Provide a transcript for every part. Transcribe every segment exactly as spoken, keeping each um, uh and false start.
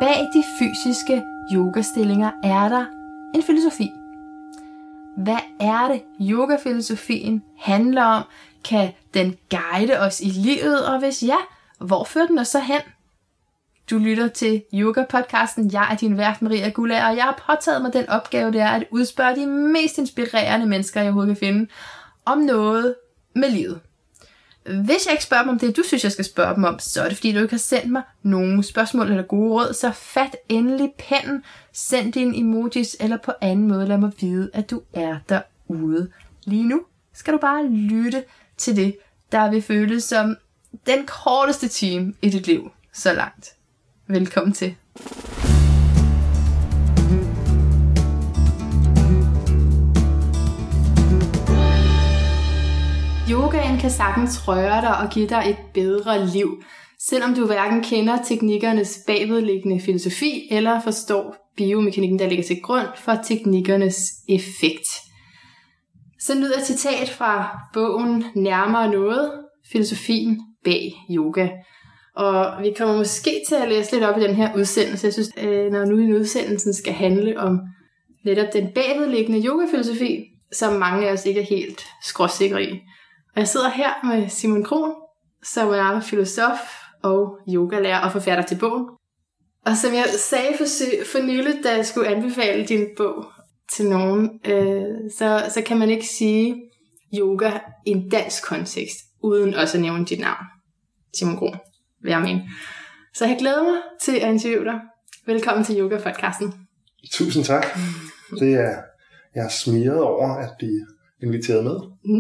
bag de fysiske yogastillinger er der en filosofi. Hvad er det, yogafilosofien handler om? Kan den guide os i livet? Og hvis ja, hvor fører den os så hen? Du lytter til Yoga-podcasten. Jeg er din vært, Maria Guldager, og jeg har påtaget mig den opgave, det er at udspørge de mest inspirerende mennesker, jeg overhovedet kan finde, om noget med livet. Hvis jeg ikke spørger dem om det, du synes, jeg skal spørge dem om, så er det fordi, du ikke har sendt mig nogle spørgsmål eller gode råd, så fat endelig pennen, send dine emojis, eller på anden måde lad mig vide, at du er derude. Lige nu skal du bare lytte til det, der vil føles som den korteste time i dit liv så langt. Velkommen til. Yogaen kan sagtens røre dig og give dig et bedre liv, selvom du hverken kender teknikkernes bagvedliggende filosofi eller forstår biomekanikken, der ligger til grund for teknikkernes effekt. Så lyder et citat fra bogen Nærmere noget, filosofien bag yoga. Og vi kommer måske til at læse lidt op i den her udsendelse. Jeg synes, når nu i udsendelsen skal handle om netop den bagvedliggende yogafilosofi, som mange af os ikke er helt skråsikre i. Og jeg sidder her med Simon Krohn, som er filosof og yogalærer og forfatter til bogen. Og som jeg sagde for, for nylig, da jeg skulle anbefale din bog til nogen, øh, så, så kan man ikke sige yoga i en dansk kontekst, uden også at nævne dit navn. Simon Krohn, vil jeg mene. Så jeg glæder mig til at interviewe dig. Velkommen til Yoga-podcasten. Tusind tak. Det er, jeg er smiret over, at de inviterede med. Mm.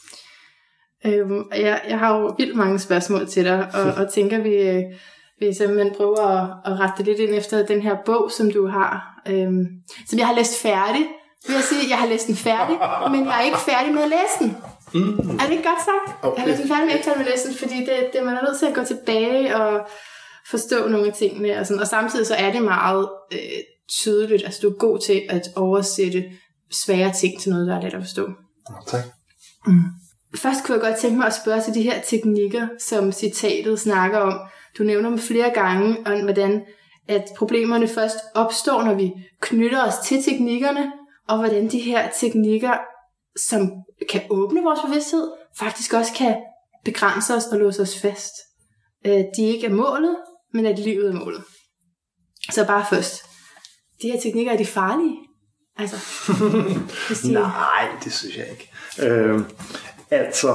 Øhm, jeg, jeg har jo vildt mange spørgsmål til dig, og, og tænker, vi, vi simpelthen prøver at, at rette lidt ind efter den her bog, som du har, øhm, som jeg har læst færdig. Vil jeg sige, jeg har læst den færdig, men jeg er ikke færdig med at læse den. Mm. Er det ikke godt sagt? Okay. Jeg har læst den færdig, men ikke færdig med at læse den, fordi det, det, man er nødt til at gå tilbage og forstå nogle af tingene. Og, sådan. Og samtidig så er det meget øh, tydeligt, altså du er god til at oversætte svære ting til noget, der er let at forstå. Tak. Mm. Først kunne jeg godt tænke mig at spørge til de her teknikker, som citatet snakker om. Du nævner dem flere gange, om hvordan at problemerne først opstår, når vi knytter os til teknikkerne, og hvordan de her teknikker, som kan åbne vores bevidsthed, faktisk også kan begrænse os og låse os fast. De ikke er målet, men at livet er målet. Så bare først. De her teknikker, er de farlige? Altså, de... Nej, det synes jeg ikke. Øh... Altså,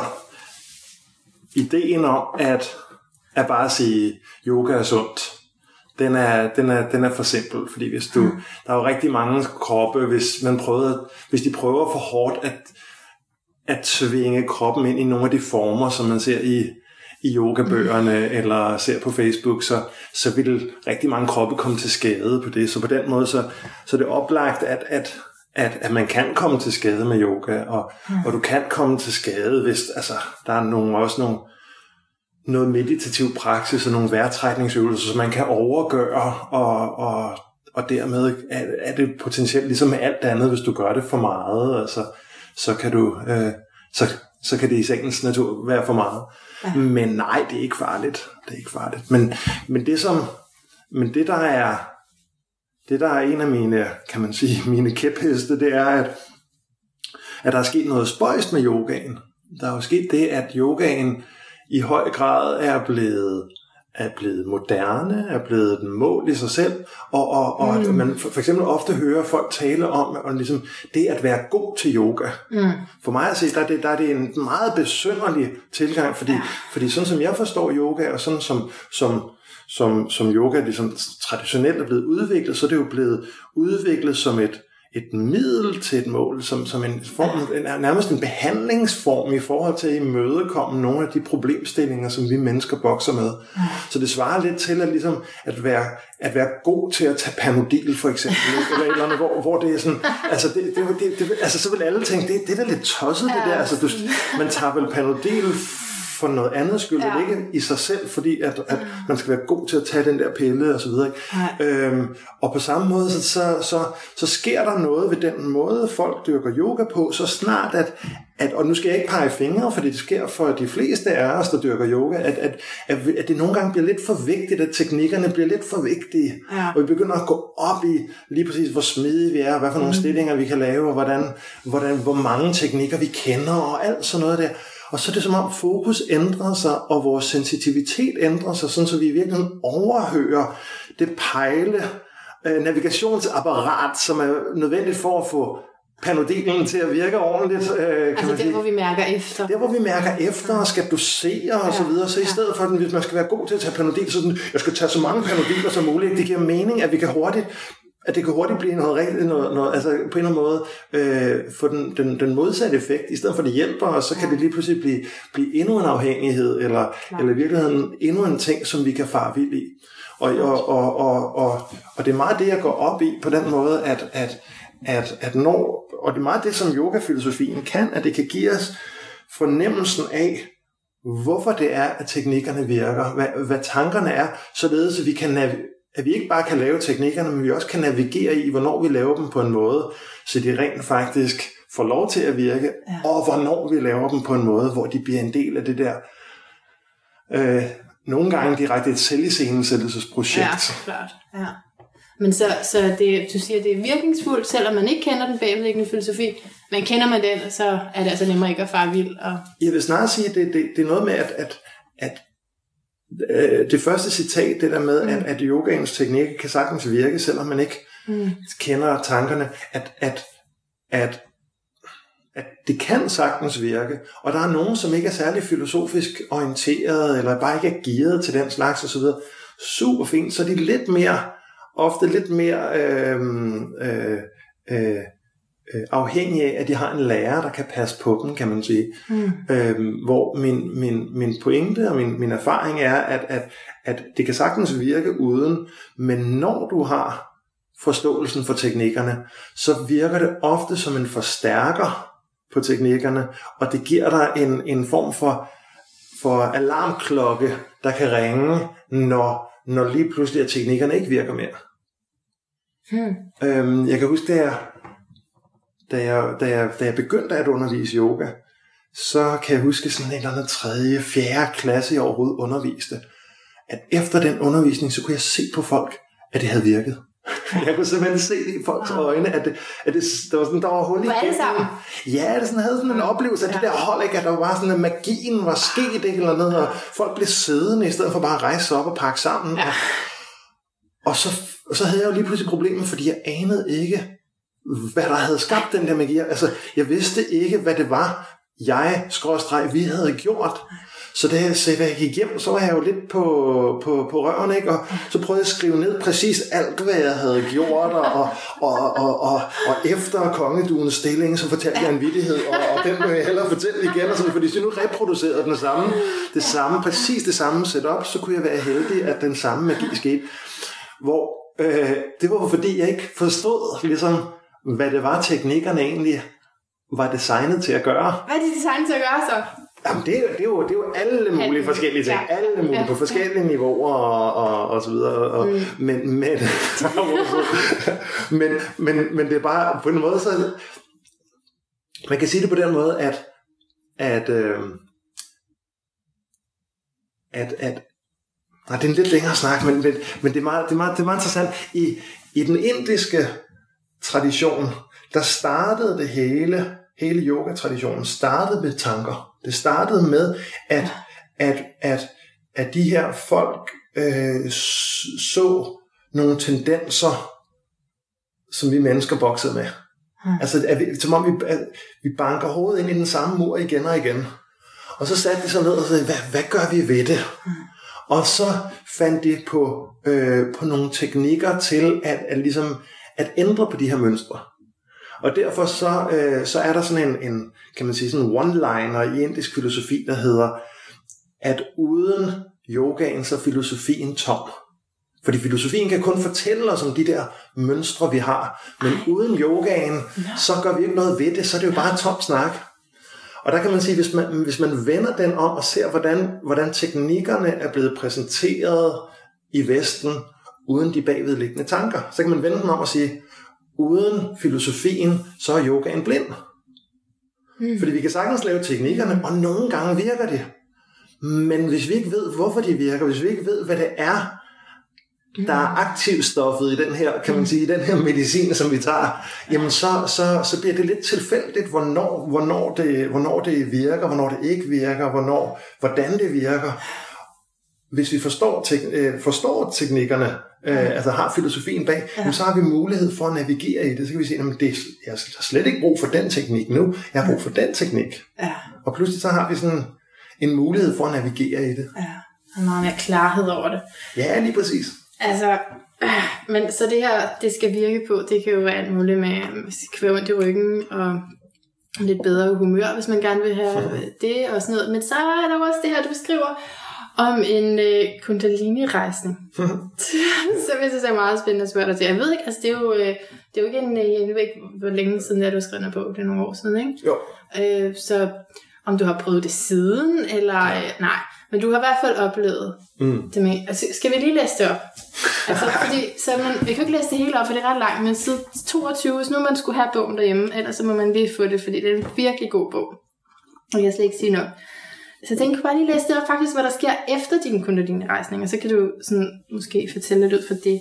ideen om at, at bare sige, yoga er sundt, den er, den er, den er for simpel, fordi hvis du, der er jo rigtig mange kroppe, hvis, man prøver, hvis de prøver for hårdt at, at tvinge kroppen ind i nogle af de former, som man ser i, i yogabøgerne eller ser på Facebook, så, så vil rigtig mange kroppe komme til skade på det. Så på den måde, så, så er det oplagt, at, at At, at man kan komme til skade med yoga, og, mm. og du kan komme til skade, hvis altså, der er nogle, også nogle, noget meditativ praksis og nogle vejrtrækningsøvelser, som man kan overgøre, og, og, og dermed er, er det potentielt ligesom med alt andet, hvis du gør det for meget, altså, så, kan du, øh, så, så kan det i sagens natur være for meget. Ja. Men nej, det er ikke farligt. Det er ikke farligt. Men, men, det, som, men det, der er Det, der er en af mine, kan man sige, mine kæpheste, det er, at, at der er sket noget spøjst med yogaen. Der er jo sket det, at yogaen i høj grad er blevet, er blevet moderne, er blevet et mål i sig selv, og, og, og mm. man for, for eksempel ofte hører folk tale om, og ligesom det at være god til yoga. Mm. For mig at se, der er det, der er det en meget besynderlig tilgang, fordi, fordi sådan som jeg forstår yoga, og sådan som, som Som, som yoga ligesom traditionelt er blevet udviklet, så er det jo blevet udviklet som et, et middel til et mål, som, som en form, en, nærmest en behandlingsform i forhold til at imødekomme nogle af de problemstillinger, som vi mennesker bokser med. Så det svarer lidt til at, ligesom, at, være, at være god til at tage Panodil for eksempel, eller et eller andet, hvor, hvor det er sådan, altså, det, det, det, det, altså så vil alle tænke, det, det er da lidt tosset det der, altså du, man tager vel Panodil for noget andet skyld, ja. Ikke i sig selv, fordi at, at man skal være god til at tage den der pille og så videre. Øhm, og på samme måde, så, så, så, så sker der noget ved den måde, folk dyrker yoga på, så snart at, at, og nu skal jeg ikke pege fingre, for det sker for de fleste af os, der dyrker yoga, at, at, at, at det nogle gange bliver lidt for vigtigt, at teknikkerne bliver lidt for vigtige, ja. Og vi begynder at gå op i lige præcis, hvor smidige vi er, hvad for nogle mm. stillinger vi kan lave, og hvordan, hvordan, hvor mange teknikker vi kender, og alt sådan noget der. Og så er det som om fokus ændrer sig, og vores sensitivitet ændrer sig, sådan så vi i virkeligheden overhører det pejle, øh, navigationsapparat, som er nødvendigt for at få panodilen til at virke ordentligt. Øh, kan altså man der, hvor vi mærker efter. Der, hvor vi mærker efter, og skal dosere og ja. Så videre. Så i stedet for, at hvis man skal være god til at tage panodil, så sådan, jeg skal tage så mange panodiler som muligt. Det giver mening, at vi kan hurtigt at det kan hurtigt blive noget rigtigt, noget, noget, altså på en eller anden måde øh, få den, den, den modsatte effekt. I stedet for at det hjælper os, så kan ja. Det lige pludselig blive, blive endnu en afhængighed, eller, eller i virkeligheden endnu en ting, som vi kan fare vild i. Og, og, og, og, og, og det er meget det, jeg går op i på den måde, at, at, at, at når, og det er meget det, som yogafilosofien kan, at det kan give os fornemmelsen af, hvorfor det er, at teknikkerne virker, hvad, hvad tankerne er, således at vi kan navigere, at vi ikke bare kan lave teknikkerne, men vi også kan navigere i, hvornår vi laver dem på en måde, så de rent faktisk får lov til at virke, ja. Og hvornår vi laver dem på en måde, hvor de bliver en del af det der, øh, nogle gange direkte et selviscenesættelsesprojekt. Ja, klart. Ja. Men så, så det, du siger, det er virkningsfuldt, selvom man ikke kender den bagvedliggende filosofi, men kender man den, så er det altså nemmere ikke at fare vild. Og... Jeg vil snart sige, at det, det, det er noget med, at, at, at det første citat, det der med, mm. at, at yogaens teknik kan sagtens virke, selvom man ikke mm. kender tankerne, at, at, at, at det kan sagtens virke, og der er nogen, som ikke er særlig filosofisk orienteret, eller bare ikke er gearet til den slags osv. Super fint, så er de lidt mere, ofte lidt mere øh, øh, øh, afhængige af, at de har en lærer, der kan passe på dem, kan man sige. Mm. Øhm, hvor min, min, min pointe og min, min erfaring er, at, at, at det kan sagtens virke uden, men når du har forståelsen for teknikkerne, så virker det ofte som en forstærker på teknikkerne, og det giver dig en, en form for, for alarmklokke, der kan ringe, når, når lige pludselig at teknikkerne ikke virker mere. Mm. Øhm, jeg kan huske, da jeg Da jeg, da, jeg, da jeg begyndte at undervise yoga, så kan jeg huske sådan en eller anden tredje, fjerde klasse, jeg overhovedet underviste, at efter den undervisning, så kunne jeg se på folk, at det havde virket. Jeg kunne simpelthen se det i folks øjne, at, det, at det, der var sådan, der var hul i gennem. Ja, det sådan, havde sådan en oplevelse, at ja. Det der hold, ikke, at der var bare sådan, at magien var sket, ikke, eller noget, og folk blev siddende, i stedet for bare at rejse sig op og pakke sammen. Ja. Og, og så, så havde jeg jo lige pludselig problemer, fordi jeg anede ikke, hvad der havde skabt den der magi. Altså, jeg vidste ikke, hvad det var, jeg, skråstreg, vi havde gjort. Så da jeg, så da jeg gik hjem, så var jeg jo lidt på, på, på røven, ikke? Og så prøvede jeg at skrive ned præcis alt, hvad jeg havde gjort, og, og, og, og, og, og efter kongeduens stilling, så fortalte jeg en vittighed, og, og den vil jeg hellere fortælle igen, og sådan, fordi hvis jeg nu reproducerede den samme, det samme, præcis det samme setup, så kunne jeg være heldig, at den samme magi skete. Hvor øh, det var fordi, jeg ikke forstod, ligesom, hvad det var, teknikkerne egentlig var designet til at gøre. Hvad er de designet til at gøre så? Jamen, det, er, det, er jo, det er jo alle mulige ja. forskellige ting. Ja. Alle mulige ja. på forskellige niveauer og, og, og så videre. Og, mm. men, men, men, men, men det er bare på en måde, så man kan sige det på den måde, at at, øh, at, at nej, det er en lidt længere snak, men, men, men det, er meget, det, er meget, det er meget interessant. I, i den indiske tradition, der startede det hele, hele yoga-traditionen startede med tanker. Det startede med, at, at, at, at de her folk øh, så nogle tendenser, som vi mennesker boksede med. Hmm. Altså, at vi, som om vi, at vi banker hovedet ind i den samme mur igen og igen. Og så satte de sig ned og sagde, hvad, hvad gør vi ved det? Hmm. Og så fandt de på, øh, på nogle teknikker til at, at ligesom at ændre på de her mønstre. Og derfor så, øh, så er der sådan en, en, kan man sige, sådan en one-liner i indisk filosofi, der hedder, at uden yogaen, så er filosofien tom. Fordi filosofien kan kun fortælle os om de der mønstre, vi har. Men uden yogaen, så gør vi ikke noget ved det, så er det jo bare tom snak. Og der kan man sige, hvis man, hvis man vender den om og ser, hvordan, hvordan teknikkerne er blevet præsenteret i Vesten, uden de bagvedliggende tanker, så kan man vende den om og sige, uden filosofien, så er yogaen blind. Mm. Fordi vi kan sagtens lave teknikkerne, og nogle gange virker det. Men hvis vi ikke ved, hvorfor de virker, hvis vi ikke ved, hvad det er, der er aktivstoffet i den her, kan man sige, i den her medicin, som vi tager, jamen så, så, så bliver det lidt tilfældigt, hvornår, hvornår, det, hvornår det virker, hvornår det ikke virker, hvornår, hvordan det virker. Hvis vi forstår, tek, øh, forstår teknikkerne, øh, altså har filosofien bag, ja. Så har vi mulighed for at navigere i det. Så kan vi sige, at det, jeg har slet ikke brug for den teknik nu, jeg har brug for den teknik. Ja. Og pludselig så har vi sådan en mulighed for at navigere i det. Ja, og meget mere klarhed over det. Ja, lige præcis. Altså, øh, men så det her, det skal virke på, det kan jo være alt muligt med kvævnt i ryggen og lidt bedre humør, hvis man gerne vil have det og sådan noget. Men så er der også det her, du beskriver om en øh, kundalini-rejsning. Så hvis det er meget spændende at spørge dig til. Jeg ved ikke, altså det er jo, øh, det er jo ikke en, jeg ved ikke, hvor længe siden er du skrevet på, det er nogle år siden, ikke? Jo. Øh, så om du har prøvet det siden, eller øh, nej. Men du har i hvert fald oplevet mm. det med. Altså, skal vi lige læse det op? Altså, fordi, så man, vi kan ikke læse det hele op, for det er ret langt, men side toogtyve, hvis nu man skulle have bogen derhjemme, ellers så må man lige få det, fordi det er en virkelig god bog. Og jeg kan slet ikke sige nok. Så jeg tænker, bare lige læse det op faktisk, hvad der sker efter din kundalini-rejsning, og så kan du sådan, måske fortælle lidt ud for det.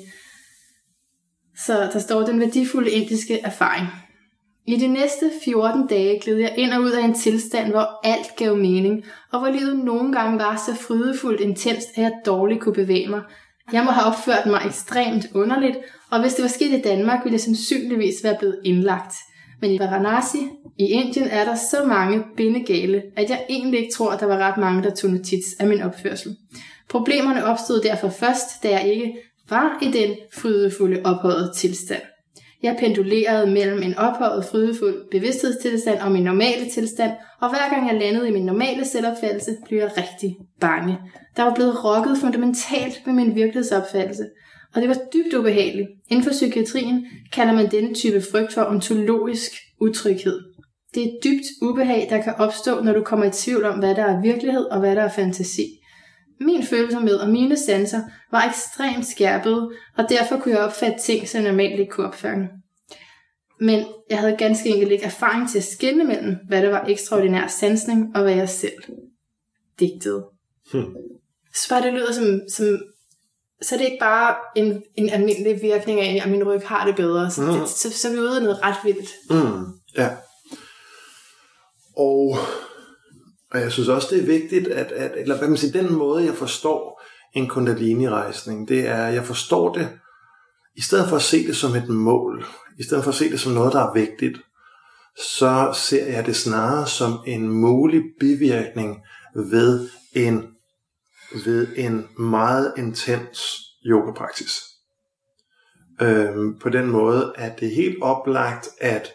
Så der står den værdifulde indiske erfaring. I de næste fjorten dage gled jeg ind og ud af en tilstand, hvor alt gav mening, og hvor livet nogle gange var så frydefuldt intenst, at jeg dårligt kunne bevæge mig. Jeg må have opført mig ekstremt underligt, og hvis det var sket i Danmark, ville jeg sandsynligvis være blevet indlagt. Men i Varanasi i Indien er der så mange bindegale, at jeg egentlig ikke tror, at der var ret mange, der tog notits af min opførsel. Problemerne opstod derfor først, da jeg ikke var i den frydefulde ophøjede tilstand. Jeg pendulerede mellem en ophøjet, frydefuld bevidsthedstilstand og min normale tilstand, og hver gang jeg landede i min normale selvopfattelse, blev jeg rigtig bange. Der var blevet rokket fundamentalt ved min virkelighedsopfattelse, og det var dybt ubehageligt. Inden for psykiatrien kalder man denne type frygt for ontologisk utryghed. Det er et dybt ubehag, der kan opstå, når du kommer i tvivl om, hvad der er virkelighed og hvad der er fantasi. Min følsomhed og mine sanser var ekstremt skærpede, og derfor kunne jeg opfatte ting, som jeg normalt ikke kunne opfange. Men jeg havde ganske enkelt ikke erfaring til at skelne mellem, hvad der var ekstraordinær sansning, og hvad jeg selv digtede. Hmm. Så bare det lyder som, som så er det ikke bare en, en almindelig virkning af, at min ryg har det bedre. Så, mm. det, så, så er vi ude af noget ret vildt. Mm. Ja. Og, og jeg synes også, det er vigtigt, at, at eller hvad man siger, den måde, jeg forstår en kundalini-rejsning, det er, at jeg forstår det, i stedet for at se det som et mål, i stedet for at se det som noget, der er vigtigt, så ser jeg det snarere som en mulig bivirkning ved en ved en meget intens yogapraksis. Øhm, på den måde, at det er helt oplagt, at,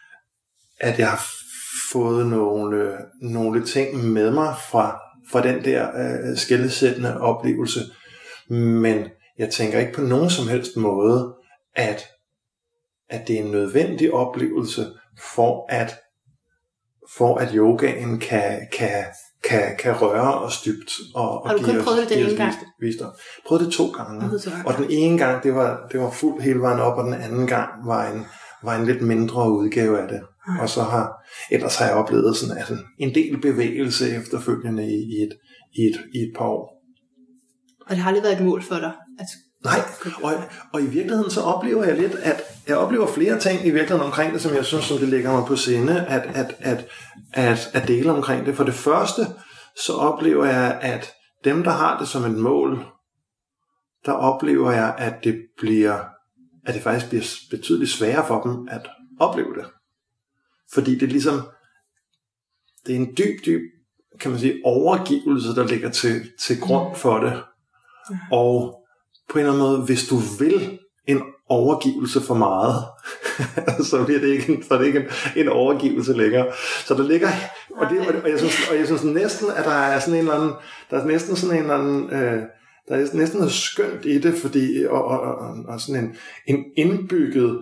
at jeg har fået nogle, nogle ting med mig fra, fra den der øh, skelsættende oplevelse, men jeg tænker ikke på nogen som helst måde, at, at det er en nødvendig oplevelse for at, for at yogaen kan, kan Kan, kan røre os dybt og, og har du kun prøvet det den ene gang? Visdom. Prøvede det to gange. Det og den ene gang det var, det var fuldt hele vejen op, og den anden gang var en, var en lidt mindre udgave af det. Ah. Og så har ellers har jeg oplevet sådan, altså, en del bevægelse efterfølgende i, i, et, i, et, i et par år. Og det har aldrig været et mål for dig? At... Nej, og, og i virkeligheden så oplever jeg lidt, at jeg oplever flere ting i virkeligheden omkring det, som jeg synes, som det ligger mig på sinde, at, at, at, at, at dele omkring det. For det første, så oplever jeg, at dem, der har det som et mål, der oplever jeg, at det bliver, at det faktisk bliver betydeligt sværere for dem at opleve det. Fordi det er ligesom, det er en dyb, dyb, kan man sige, overgivelse, der ligger til, til grund for det. Og på en eller anden måde, hvis du vil en overgivelse for meget, så bliver det ikke en, så er det ikke en, en overgivelse længere. Så der ligger, og, det, og, jeg synes, og jeg synes næsten, at der er sådan en eller anden, der er næsten sådan en eller anden, øh, der er næsten noget skønt i det, fordi, og, og, og, og sådan en, en indbygget,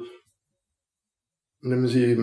lad mig sige,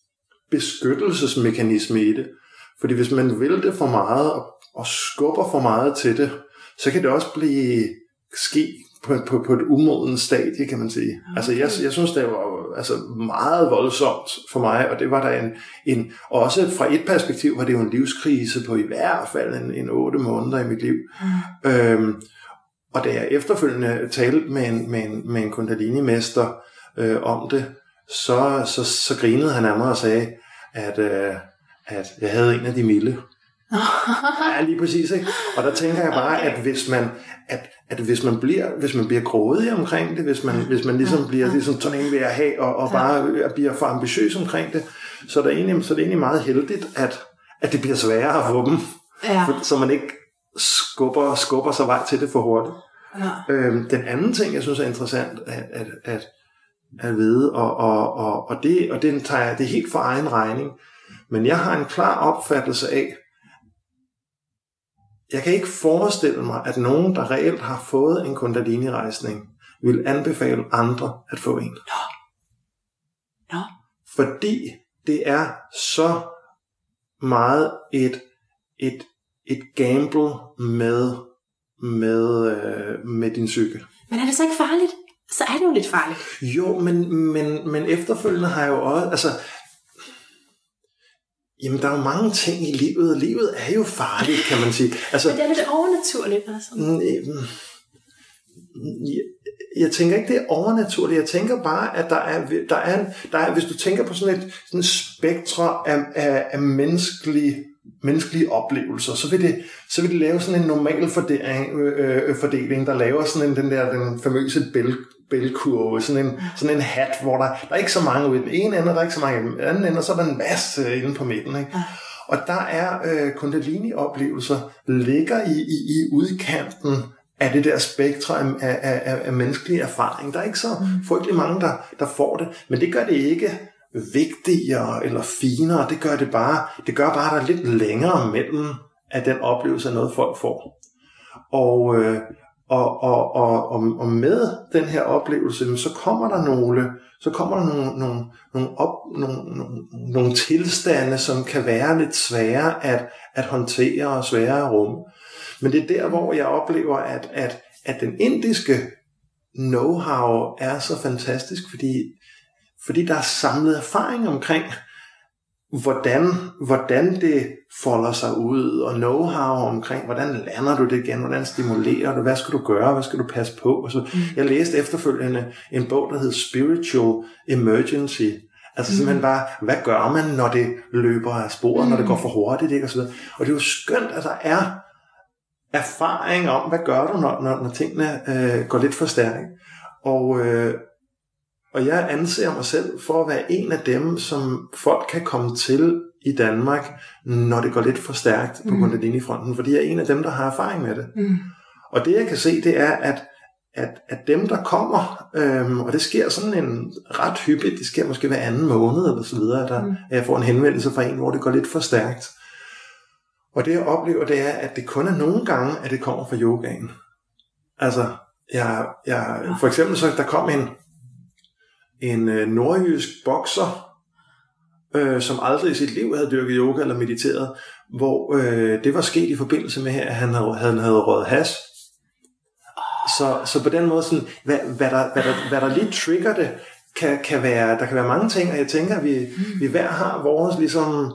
beskyttelsesmekanisme i det. Fordi hvis man vil det for meget, og, og skubber for meget til det, så kan det også blive ske på, på, på et umodent stadie, kan man sige. Okay. Altså, jeg, jeg synes, det var altså, meget voldsomt for mig, og det var der en, en, også fra et perspektiv, var det jo en livskrise på i hvert fald en, en otte måneder i mit liv. Mm. Øhm, og da jeg efterfølgende talte med en, med en, med en kundalini-mester øh, om det, så, så, så grinede han af mig og sagde, at, øh, at jeg havde en af de milde. Ja, lige præcis, ikke? Og der tænker jeg bare, okay. at hvis man at, at hvis man bliver hvis man bliver grådig omkring det, hvis man hvis man ligesom bliver ligesom sådan en ved at have og, og bare bliver for ambitiøs omkring det, så er det egentlig så er det egentlig meget heldigt, at at det bliver sværere at få dem, ja. for, så man ikke skubber skubber sig vej til det for hurtigt. Ja. Øhm, den anden ting, jeg synes er interessant at at at, at vide, og og og og det og den tager jeg det er helt for egen regning, men jeg har en klar opfattelse af, jeg kan ikke forestille mig, at nogen, der reelt har fået en kundalini-rejsning, vil anbefale andre at få en. Nå. Nå. Fordi det er så meget et, et, et gamble med, med, øh, med din psyke. Men er det så ikke farligt? Så er det jo lidt farligt. Jo, men, men, men efterfølgende har jeg jo også... Altså, jamen, der er jo mange ting i livet. Livet er jo farligt, kan man sige. Altså, men det er lidt overnaturligt. Altså. Jeg, jeg tænker ikke, det er overnaturligt. Jeg tænker bare, at der er, der er, der er hvis du tænker på sådan et sådan spektre af, af, af menneskelige, menneskelige oplevelser, så vil, det, så vil det lave sådan en normal fordeling, øh, fordeling der laver sådan en, den der den famøse bæl, bælkurve, sådan en, sådan en hat, hvor der, der er ikke så mange ude i den ene ende, og der er ikke så mange i den anden ende, og så er der en masse inde på midten. Ikke? Ja. Og der er øh, kundalini-oplevelser, ligger i, i, i udkanten af det der spektre af, af, af, af menneskelig erfaring. Der er ikke så frygtelig mange, der, der får det, men det gør det ikke vigtigere eller finere, det gør det bare, det gør bare, at der er lidt længere mellem af den oplevelse af noget, folk får. Og øh, Og, og, og, og med den her oplevelse, så kommer der nogle, så kommer der nogle, nogle, nogle, op, nogle, nogle, nogle tilstande, som kan være lidt svære at, at håndtere og svære at rumme. Men det er der, hvor jeg oplever, at, at, at den indiske know-how er så fantastisk, fordi, fordi der er samlet erfaring omkring, hvordan, hvordan det folder sig ud, og know-how omkring, hvordan lander du det igen, hvordan stimulerer du, hvad skal du gøre, hvad skal du passe på. Og så, mm. Jeg læste efterfølgende en bog, der hed Spiritual Emergency. Altså mm. simpelthen bare, hvad gør man, når det løber af sporet, mm. når det går for hurtigt, ikke? Og så videre. Og det er jo skønt, at der er erfaring om, hvad gør du, når, når, når tingene øh, går lidt for stærkt. Og øh, Og jeg anser mig selv for at være en af dem, som folk kan komme til i Danmark, når det går lidt for stærkt på mm. Kundalini-fronten, fordi jeg er en af dem, der har erfaring med det. Mm. Og det jeg kan se, det er, at, at, at dem, der kommer, øhm, og det sker sådan en ret hyppigt, det sker måske hver anden måned eller så videre, at, der, mm. at jeg får en henvendelse fra en, hvor det går lidt for stærkt. Og det jeg oplever, det er, at det kun er nogle gange, at det kommer fra yogaen. Altså, jeg, jeg, for eksempel så der kom en en øh, nordjysk bokser, øh, som aldrig i sit liv havde dyrket yoga eller mediteret, hvor øh, det var sket i forbindelse med, at han havde, han havde røget hash. Så, så på den måde, sådan, hvad, hvad, der, hvad, der, hvad der lige trigger det, kan, kan være, der kan være mange ting, og jeg tænker, at vi, mm. vi hver har vores, ligesom,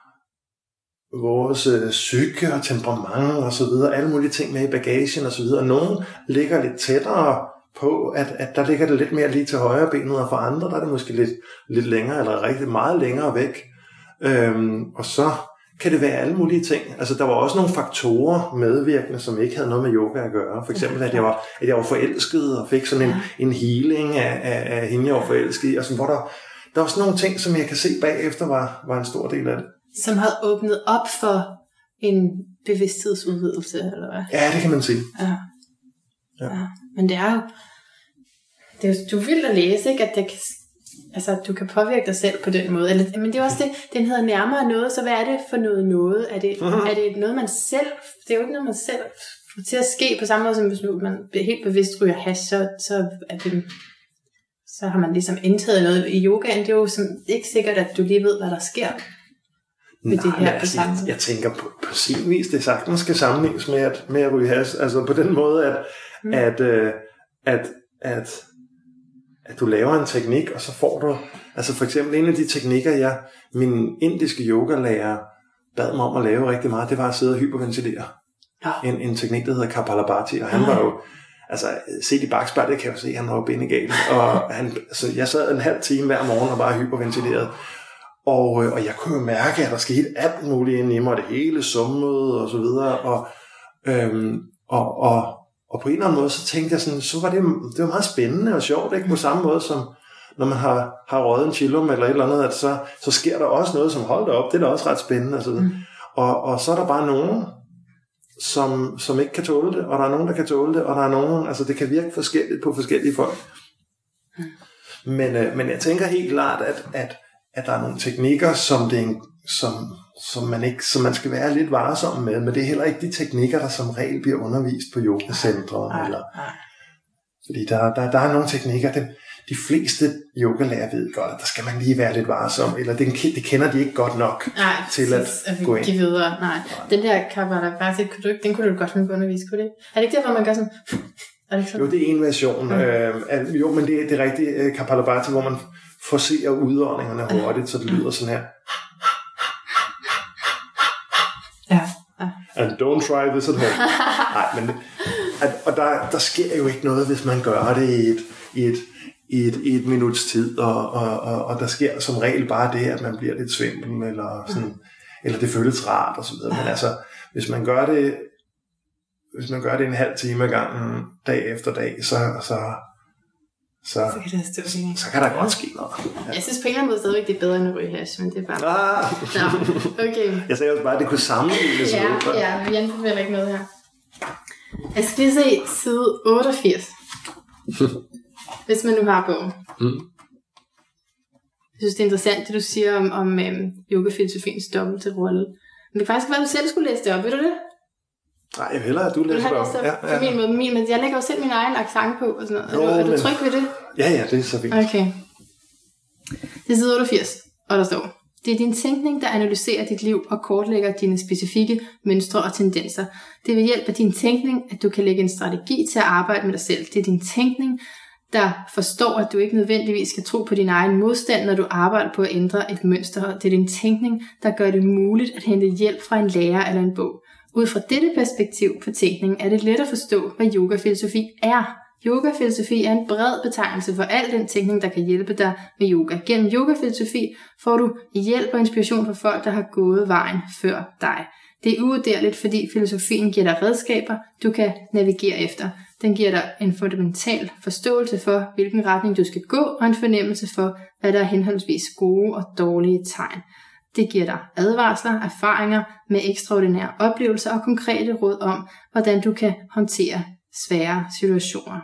vores øh, psyke og temperament og så videre, alle mulige ting med i bagagen og så videre, og nogen ligger lidt tættere på, at, at der ligger det lidt mere lige til højre benet, og for andre, der er det måske lidt, lidt længere, eller rigtig meget længere væk. Øhm, og så kan det være alle mulige ting. Altså, der var også nogle faktorer medvirkende, som ikke havde noget med yoga at gøre. For eksempel, at jeg var, at jeg var forelsket, og fik sådan en, en healing af, af, af hende, jeg var forelsket i, og sådan, hvor der, der var sådan nogle ting, som jeg kan se bagefter, var, var en stor del af det. Som havde åbnet op for en bevidsthedsudvidelse, eller hvad? Ja, det kan man sige. Ja. Ja. Ja. Men det er jo, det er jo, du er vildt at læse, ikke? At det kan, altså, du kan påvirke dig selv på den måde. Eller, men det er også det, den hedder nærmere noget, så hvad er det for noget noget? Er det, uh-huh. er det noget, man selv, det er jo ikke noget, man selv får til at ske på samme måde, som hvis man helt bevidst ryger hash, så, så, er det, så har man ligesom indtaget noget i yogaen. Det er jo som, ikke sikkert, at du lige ved, hvad der sker. Nej, det her altså, jeg, jeg tænker på, på sin vis, det sagtens skal sammenlignes med at, med at ryge hash. Altså på den måde, at, mm. at, øh, at, at, at du laver en teknik, og så får du, altså for eksempel en af de teknikker, jeg, min indiske yogalærer bad mig om at lave rigtig meget, det var at sidde og hyperventilere. Ja. En, en teknik, der hedder Kapalabhati, og han var jo, altså set i bakspejlet, kan jeg jo se, at han var jo bindegal. Og han, altså, jeg sad en halv time hver morgen og bare hyperventilerede. Og, og jeg kunne jo mærke, at der skete alt muligt inde i mig, og det hele summede og så videre. Og, øhm, og, og, og på en eller anden måde, så tænkte jeg sådan, så var det, det var meget spændende og sjovt, ikke? På samme måde som, når man har, har røget en chillum eller et eller andet, at så, så sker der også noget, som holder op. Det er da også ret spændende og så videre. Mm. Og, og så er der bare nogen, som, som ikke kan tåle det, og der er nogen, der kan tåle det, og der er nogen, altså det kan virke forskelligt på forskellige folk. Mm. Men, øh, men jeg tænker helt klart, at, at, at der er nogle teknikker, som, det er en, som, som, man ikke, som man skal være lidt varsom med, men det er heller ikke de teknikker, der som regel bliver undervist på yogacentre. Ej, eller, ej. Fordi der, der, der er nogle teknikker, dem, de fleste yogalærer ved godt, at der skal man lige være lidt varsom, eller det, det kender de ikke godt nok nej, til at, at gå ind. Give videre. Nej, den der Kapalabhati, den kunne du godt finde på at undervise, kunne det ikke? Er det ikke derfor, man gør sådan? Er det sådan? Jo, det er en version. Mm. Øh, jo, men det, det er rigtigt Kapalabhati, hvor man forser udåndingerne hurtigt, så det lyder sådan her. Ja. ja. And don't try this at home. Nej, men at, og der, der sker jo ikke noget, hvis man gør det i et, i et, i et, i et minuts tid, og, og, og, og der sker som regel bare det, at man bliver lidt svimmel, eller, sådan, mm. eller det føles rart, og så videre. Men altså, hvis man gør det, hvis man gør det en halv time ad gangen, dag efter dag, så, så, så, så, kan, det stå så, så kan der godt ske noget. Ja. Jeg synes på en eller anden måde stadigvæk, det er bedre end at ryge hash, men det er bare... Ah. Nå, okay. Jeg sagde også bare, at det kunne sammenlignes. Ja, ja, vi anbefaler ikke noget her. Jeg skal lige se side otteogfirs. Hvis man nu har bogen. Mm. Jeg synes, det er interessant, det du siger om, om øhm, yogafilosofiens dobbelte rolle. Men det kan faktisk være, at du selv skulle læse det op. Ved du det? Nej, jeg vil hellere, at du læser det op. Ja, ja. Min måde, min, men jeg lægger jo selv min egen accent på. Og sådan noget. Jo, er du, er du men... tryg ved det? Ja, ja, det er så fint. Okay. Det er side otteogfirs, og der står: det er din tænkning, der analyserer dit liv og kortlægger dine specifikke mønstre og tendenser. Det er ved hjælp af din tænkning, at du kan lægge en strategi til at arbejde med dig selv. Det er din tænkning, der forstår, at du ikke nødvendigvis skal tro på din egen modstand, når du arbejder på at ændre et mønster. Det er din tænkning, der gør det muligt at hente hjælp fra en lærer eller en bog. Ud fra dette perspektiv på tænkning er det let at forstå, hvad yogafilosofi er. Yogafilosofi er en bred betegnelse for al den tænkning, der kan hjælpe dig med yoga. Gennem yogafilosofi får du hjælp og inspiration fra folk, der har gået vejen før dig. Det er uvurderligt, fordi filosofien giver dig redskaber, du kan navigere efter. Den giver dig en fundamental forståelse for, hvilken retning du skal gå, og en fornemmelse for, hvad der er henholdsvis gode og dårlige tegn. Det giver dig advarsler, erfaringer med ekstraordinære oplevelser og konkrete råd om, hvordan du kan håndtere svære situationer.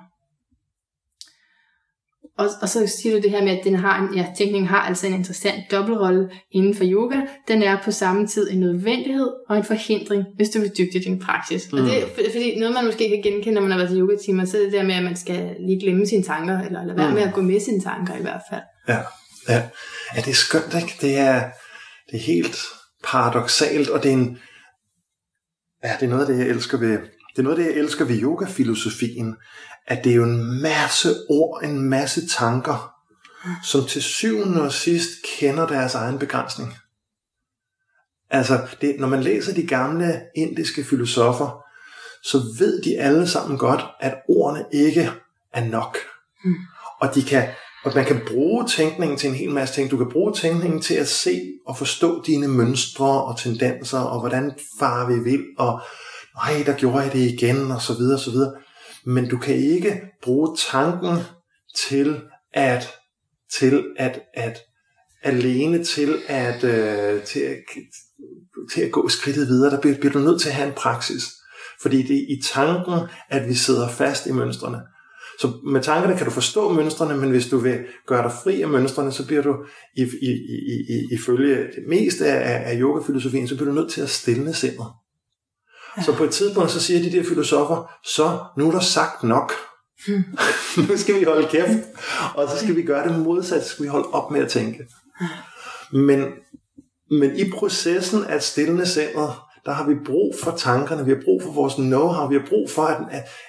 Og, og så siger du det her med, at den har en, ja, tænkningen har altså en interessant dobbeltrolle inden for yoga. Den er på samme tid en nødvendighed og en forhindring, hvis du vil dygtig i din praksis. Mm. Og det er fordi noget, man måske kan genkende, når man har været til yogatimer, så er det der med, at man skal lige glemme sine tanker, eller lade være mm. med at gå med sine tanker i hvert fald. Ja, ja. Ja, det er skønt, ikke? Det er, det er helt paradoksalt, og det er en, ja, det er noget af det, jeg elsker ved, det er noget af det, jeg elsker ved yogafilosofien, at det er jo en masse ord, en masse tanker, som til syvende og sidst kender deres egen begrænsning. Altså, det, når man læser de gamle indiske filosofer, så ved de alle sammen godt, at ordene ikke er nok. Mm. Og, de kan, og man kan bruge tænkningen til en hel masse ting. Du kan bruge tænkningen til at se og forstå dine mønstre og tendenser, og hvordan farer vi vil, og nej, der gjorde jeg det igen, og så videre, og så videre. Men du kan ikke bruge tanken til at, til at, at alene til at, øh, til, at, til at gå skridtet videre. Der bliver, bliver du nødt til at have en praksis. Fordi det er i tanken, at vi sidder fast i mønstrene. Så med tankerne kan du forstå mønstrene, men hvis du vil gøre dig fri af mønstrene, så bliver du, i, i, i, i, ifølge det meste af, af yogafilosofien, så bliver du nødt til at stille sindet. Så på et tidspunkt, så siger de der filosofer, så nu er der sagt nok. Hmm. Nu skal vi holde kæft, og så skal vi gøre det modsat, så skal vi holde op med at tænke. Men, men i processen af stillende sindet, der har vi brug for tankerne, vi har brug for vores know-how, vi har brug for, at, at,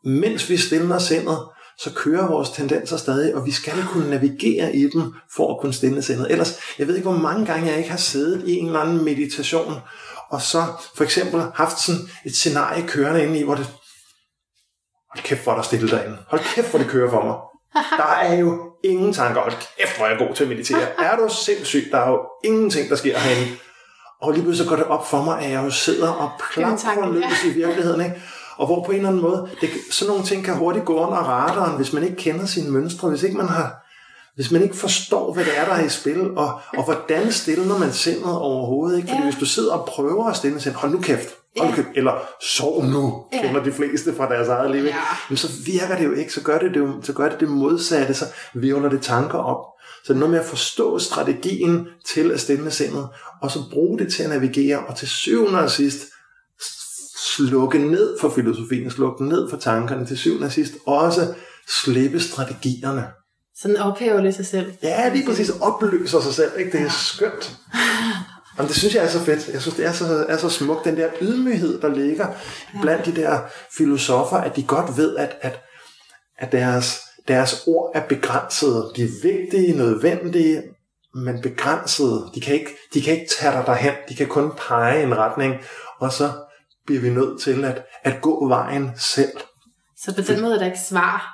mens vi stiller sindet, så kører vores tendenser stadig, og vi skal kunne navigere i dem, for at kunne stille sindet. Ellers, jeg ved ikke, hvor mange gange jeg ikke har siddet i en eller anden meditation, og så for eksempel haft sådan et scenarie kørende inde i, hvor det, hold kæft, hvor der stille derinde. Hold kæft, hvor det kører for mig. Der er jo ingen tanker. Hold kæft, hvor jeg er god til at meditere. Er du sindssyg? Der er jo ingenting, der sker herinde. Og lige pludselig går det op for mig, at jeg jo sidder og plapper løs i virkeligheden, ikke? Og hvor på en eller anden måde, det, sådan nogle ting kan hurtigt gå under radaren, hvis man ikke kender sine mønstre, hvis ikke man har, hvis man ikke forstår, hvad det er, der er i spil, og, og hvordan stiller man sindet overhovedet, ikke? Fordi ja. Hvis du sidder og prøver at stille sindet, hold nu kæft, hold nu kæft, eller sov nu, ja. Kender de fleste fra deres eget liv, ikke? Ja. Men så virker det jo ikke, så gør det det, så gør det, det modsatte, så virvler det tanker op. Så det er noget med at forstå strategien til at stille sindet, og så bruge det til at navigere, og til syvende og sidst, slukke ned for filosofien, slukke ned for tankerne, til syvende og sidst også slippe strategierne. Sådan ophæver det sig selv. Ja, lige præcis opløser sig selv, ikke? Det er skønt. Jamen, det synes jeg er så fedt. Jeg synes, det er så, er så smukt, den der ydmyghed, der ligger blandt de der filosofer, at de godt ved, at, at, at deres, deres ord er begrænsede. De er vigtige, nødvendige, men begrænsede. De kan ikke, de kan ikke tage dig derhen. De kan kun pege i en retning, og så bliver vi nødt til at, at gå vejen selv. Så på den måde er der ikke svar?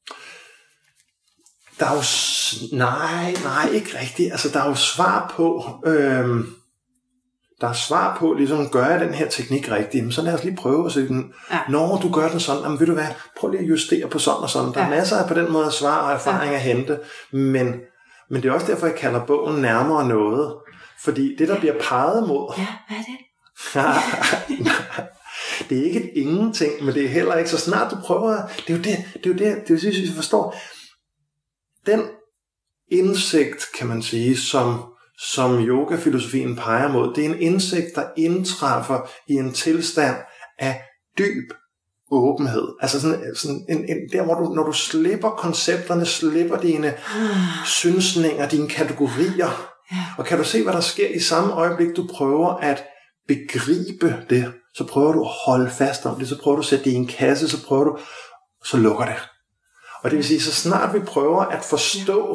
Der er jo... Nej, nej, ikke rigtigt. Altså, der er jo svar på... Øhm, der er svar på, ligesom, gør jeg den her teknik rigtigt? Men så lad os lige prøve at se den. Ja. Når du gør den sådan, jamen, vil du hvad, prøv lige at justere på sådan og sådan. Der er ja. masser af på den måde svar og erfaring ja. at hente. Men, men det er også derfor, jeg kalder bogen nærmere noget. Fordi det, der bliver peget mod... Ja, hvad er det? Det er ikke et ingenting, men det er heller ikke så snart du prøver. Det er jo det, det er jo det, det er jo det, jeg forstår. Den indsigt, kan man sige, som, som yoga-filosofien peger mod, det er en indsigt, der indtræffer i en tilstand af dyb åbenhed. Altså sådan, sådan en, en, der, hvor du, når du slipper koncepterne, slipper dine synsninger, dine kategorier, og kan du se, hvad der sker i samme øjeblik, du prøver at begribe det, så prøver du at holde fast om det, så prøver du at sætte det i en kasse, så prøver du, så lukker det. Og det vil sige, så snart vi prøver at forstå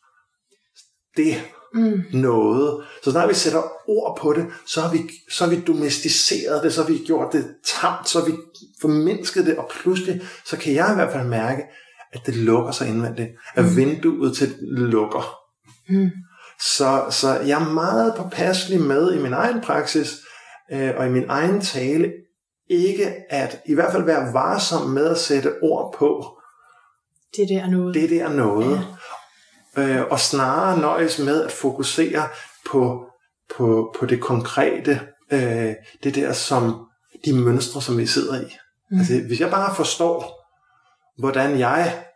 det mm. noget, så snart vi sætter ord på det, så har vi, så har vi domesticeret det, så har vi gjort det tamt, så har vi formindsket det, og pludselig, så kan jeg i hvert fald mærke, at det lukker sig indvendigt, at mm. vinduet til lukker. Mm. Så, så jeg er meget påpasselig med i min egen praksis, øh, og i min egen tale, ikke at i hvert fald være varsom med at sætte ord på, det der er noget. Det der er noget. Ja. Øh, og snarere nøjes med at fokusere på, på, på det konkrete, øh, det der som de mønstre, som vi sidder i. Mm. Altså, hvis jeg bare forstår, hvordan jeg,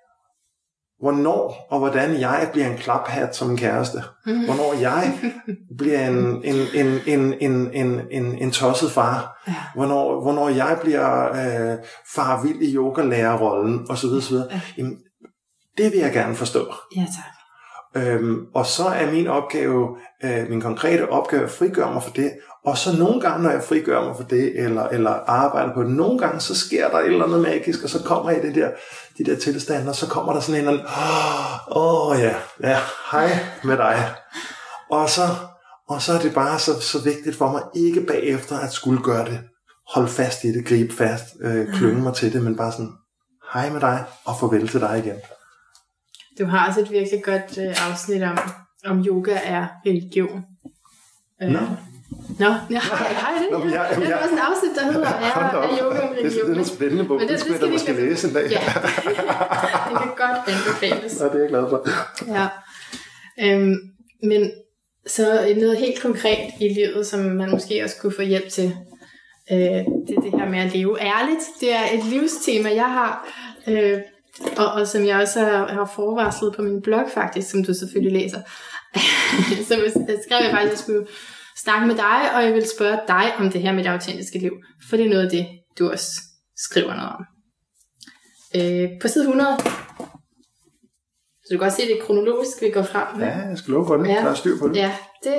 hvornår og hvordan jeg bliver en klaphat som en kæreste, mm. hvornår jeg bliver en, en, en, en, en, en, en, en tosset far, ja. hvornår, hvornår jeg bliver øh, far vild i yogalærerrollen osv. osv. Ja. Jamen, det vil jeg gerne forstå. Ja, tak. Øhm, og så er min opgave, øh, min konkrete opgave at frigøre mig for det. Og så nogle gange, når jeg frigør mig for det, eller, eller arbejder på det, nogle gange, så sker der et eller andet magisk, og så kommer jeg i det der, de der tilstande, og så kommer der sådan en eller anden, åh oh, ja, ja, hej med dig. Og så, og så er det bare så, så vigtigt for mig, ikke bagefter at skulle gøre det, holde fast i det, gribe fast, øh, klynge mig til det, men bare sådan, hej med dig, og farvel til dig igen. Du har også et virkelig godt øh, afsnit om, om yoga er religion. Øh. Nå. Nå, jeg har, jeg har det. Nå, jeg, jeg, det er også en afsnit, der hedder, er, er yoga en religion? Det er en spændende bog, det, det skal jeg måske læse en dag. Ja, det kan godt anbefales. Nå, det er jeg glad for. Ja. Øhm, men så noget helt konkret i livet, som man måske også kunne få hjælp til, øh, det er det her med at leve ærligt. Det er et livstema, jeg har, øh, og, og som jeg også har, har forvarslet på min blog faktisk, som du selvfølgelig læser. Så skrev jeg faktisk, at jeg skulle snakke med dig, og jeg vil spørge dig om det her med det autentiske liv, for det er noget af det, du også skriver noget om. Øh, på side hundrede, så du kan godt se, det er kronologisk, vi går frem. Ja, jeg skal love for det. Ja. Der er styr på det. Ja, det.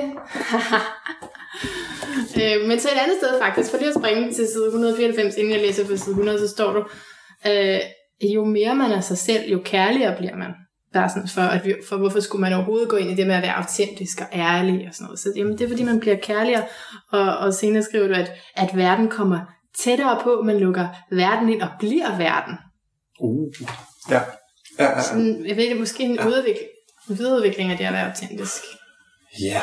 øh, men så et andet sted faktisk, for lige at springe til side et hundrede og fireoghalvfems, inden jeg læser på side hundrede, så står du, øh, jo mere man er sig selv, jo kærligere bliver man. Bare sådan for, at vi, for hvorfor skulle man overhovedet gå ind i det med at være autentisk og ærlig og sådan noget. Så jamen, det er fordi, man bliver kærligere, og, og senere skriver du, at, at verden kommer tættere på, man lukker verden ind og bliver verden. Uh, ja. ja, ja. Sådan, jeg ved det, måske en ja. udvikling, en videreudvikling af det at være autentisk. Ja.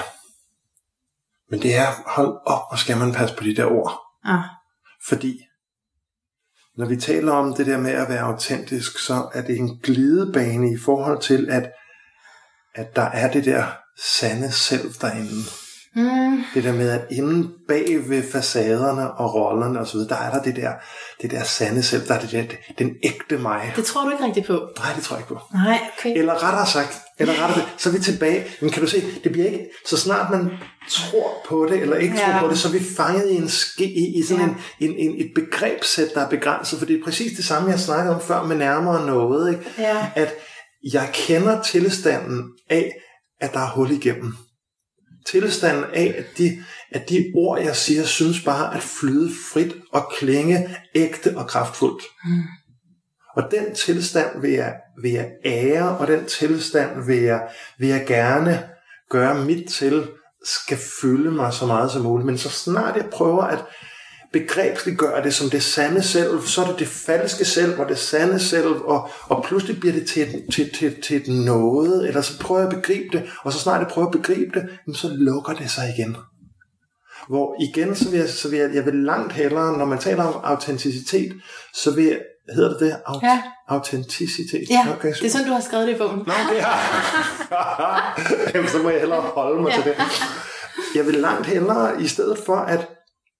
Men det er, hold op, og skal man passe på de der ord. Ah. Fordi, når vi taler om det der med at være autentisk, så er det en glidebane i forhold til, at, at der er det der sande selv derinde. Mm. Det der med, at inde bag ved facaderne og rollerne osv., der er der det der, det der sande selv, der er det der, den ægte mig. Det tror du ikke rigtigt på? Nej, det tror jeg ikke på. Nej, okay. Eller rettere sagt, eller rettere, så er vi tilbage. Men kan du se, det bliver ikke, så snart man tror på det, eller ikke ja. tror på det, så er vi fanget i, en ske, i, i sådan ja. en, en, en, et begrebssæt, der er begrænset. For det er præcis det samme, jeg snakkede om før med nærmere noget. Ikke? Ja. At jeg kender tilstanden af, at der er hul igennem. Tilstanden af, at de, at de ord, jeg siger, synes bare at flyde frit og klinge ægte og kraftfuldt. Mm. Og den tilstand vil jeg, vil jeg ære, og den tilstand vil jeg, vil jeg gerne gøre mit til, skal fylde mig så meget som muligt. Men så snart jeg prøver at begrebsliggøre det som det sande selv, så er det det falske selv og det sande selv, og, og pludselig bliver det til et, til, til, til et noget, eller så prøver jeg at begribe det, og så snart jeg prøver at begribe det, så lukker det sig igen. Hvor igen, så vil jeg, så vil jeg, jeg vil langt hellere, når man taler om autenticitet, så vil jeg, hedder det det? Aut- ja. Autenticitet? Ja, okay, det er sådan, du har skrevet det i bogen. Nå, det har Jamen, så må jeg hellere holde mig ja. til det. Jeg vil langt hellere, i stedet for at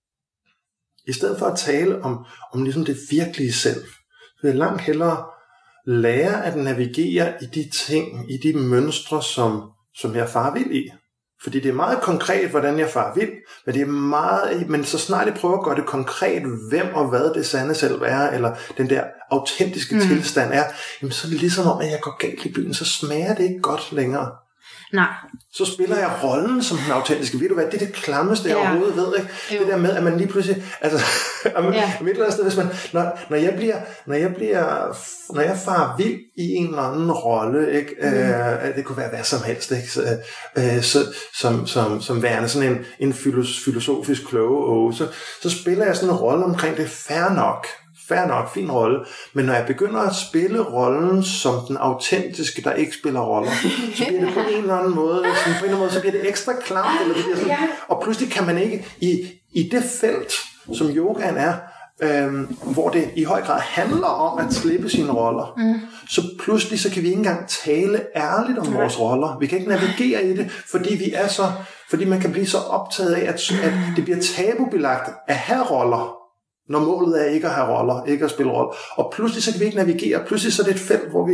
I stedet for at tale om, om ligesom det virkelige selv, så vil jeg langt hellere lære at navigere i de ting, i de mønstre, som, som jeg farer vild i. Fordi det er meget konkret, hvordan jeg farer vild, men, det er meget, men så snart jeg prøver at gøre det konkret, hvem og hvad det sande selv er, eller den der autentiske mm. tilstand er, jamen så er det ligesom om, at jeg går galt i byen, så smager det ikke godt længere. Nej. Så spiller jeg rollen som den autentiske. Ved du hvad, det er det klammeste, jeg ja. overhovedet ved, ikke? Jo. Det der med, at man lige pludselig, altså, ja. et eller andet sted, hvis man, når, når jeg bliver, når jeg bliver, når jeg farer vild i en eller anden rolle, ikke? Mm. Øh, det kunne være hvad som helst, ikke? Så, øh, så, som, som, som værende sådan en, en filosofisk kloge, så, så spiller jeg sådan en rolle omkring det, fair nok. Fair nok, fin rolle. Men når jeg begynder at spille rollen som den autentiske, der ikke spiller roller, så bliver det på en eller anden måde, sådan, på en eller anden måde, så bliver det ekstra klamt, eller det bliver sådan, og pludselig kan man ikke, i, i det felt, som yogaen er, øhm, hvor det i høj grad handler om at slippe sine roller, mm. så pludselig så kan vi ikke engang tale ærligt om vores roller. Vi kan ikke navigere i det, fordi vi er så, fordi man kan blive så optaget af, at, at det bliver tabubelagt at have roller, når målet er ikke at have roller, ikke at spille roller. Og pludselig så kan vi ikke navigere. Pludselig så er det et felt, hvor vi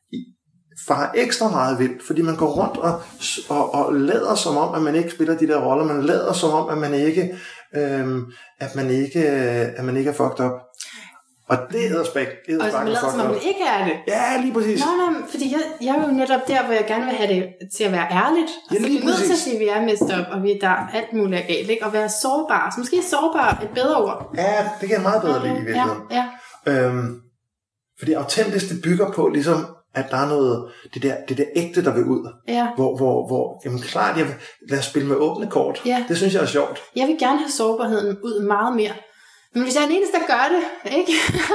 farer ekstra meget vildt, fordi man går rundt og, og, og lader som om, at man ikke spiller de der roller. Man lader som om, at man ikke, øhm, at man ikke, at man ikke er fucked up. Og det er edderspæk. Og man lader som om, man ikke er det. Ja, lige præcis. Nå, nej, fordi jeg, jeg er jo netop der, hvor jeg gerne vil have det til at være ærligt. Og ja, så vi er nødt til at sige, at vi er messed up, og vi er der alt muligt galt, ikke? Og være sårbare. Så måske sårbare et bedre ord. Ja, det kan jeg meget bedre lide i virkeligheden. Ja, ja. Øhm, fordi autentisk, det bygger på ligesom, at der er noget, det der, det der ægte, der vil ud. Ja. Hvor, hvor, hvor, jamen klart, jeg vil, lad os spille med åbne kort. Ja. Det synes jeg er sjovt. Jeg vil gerne have sårbarheden ud meget mere. Men hvis jeg er den eneste, der gør det, ikke?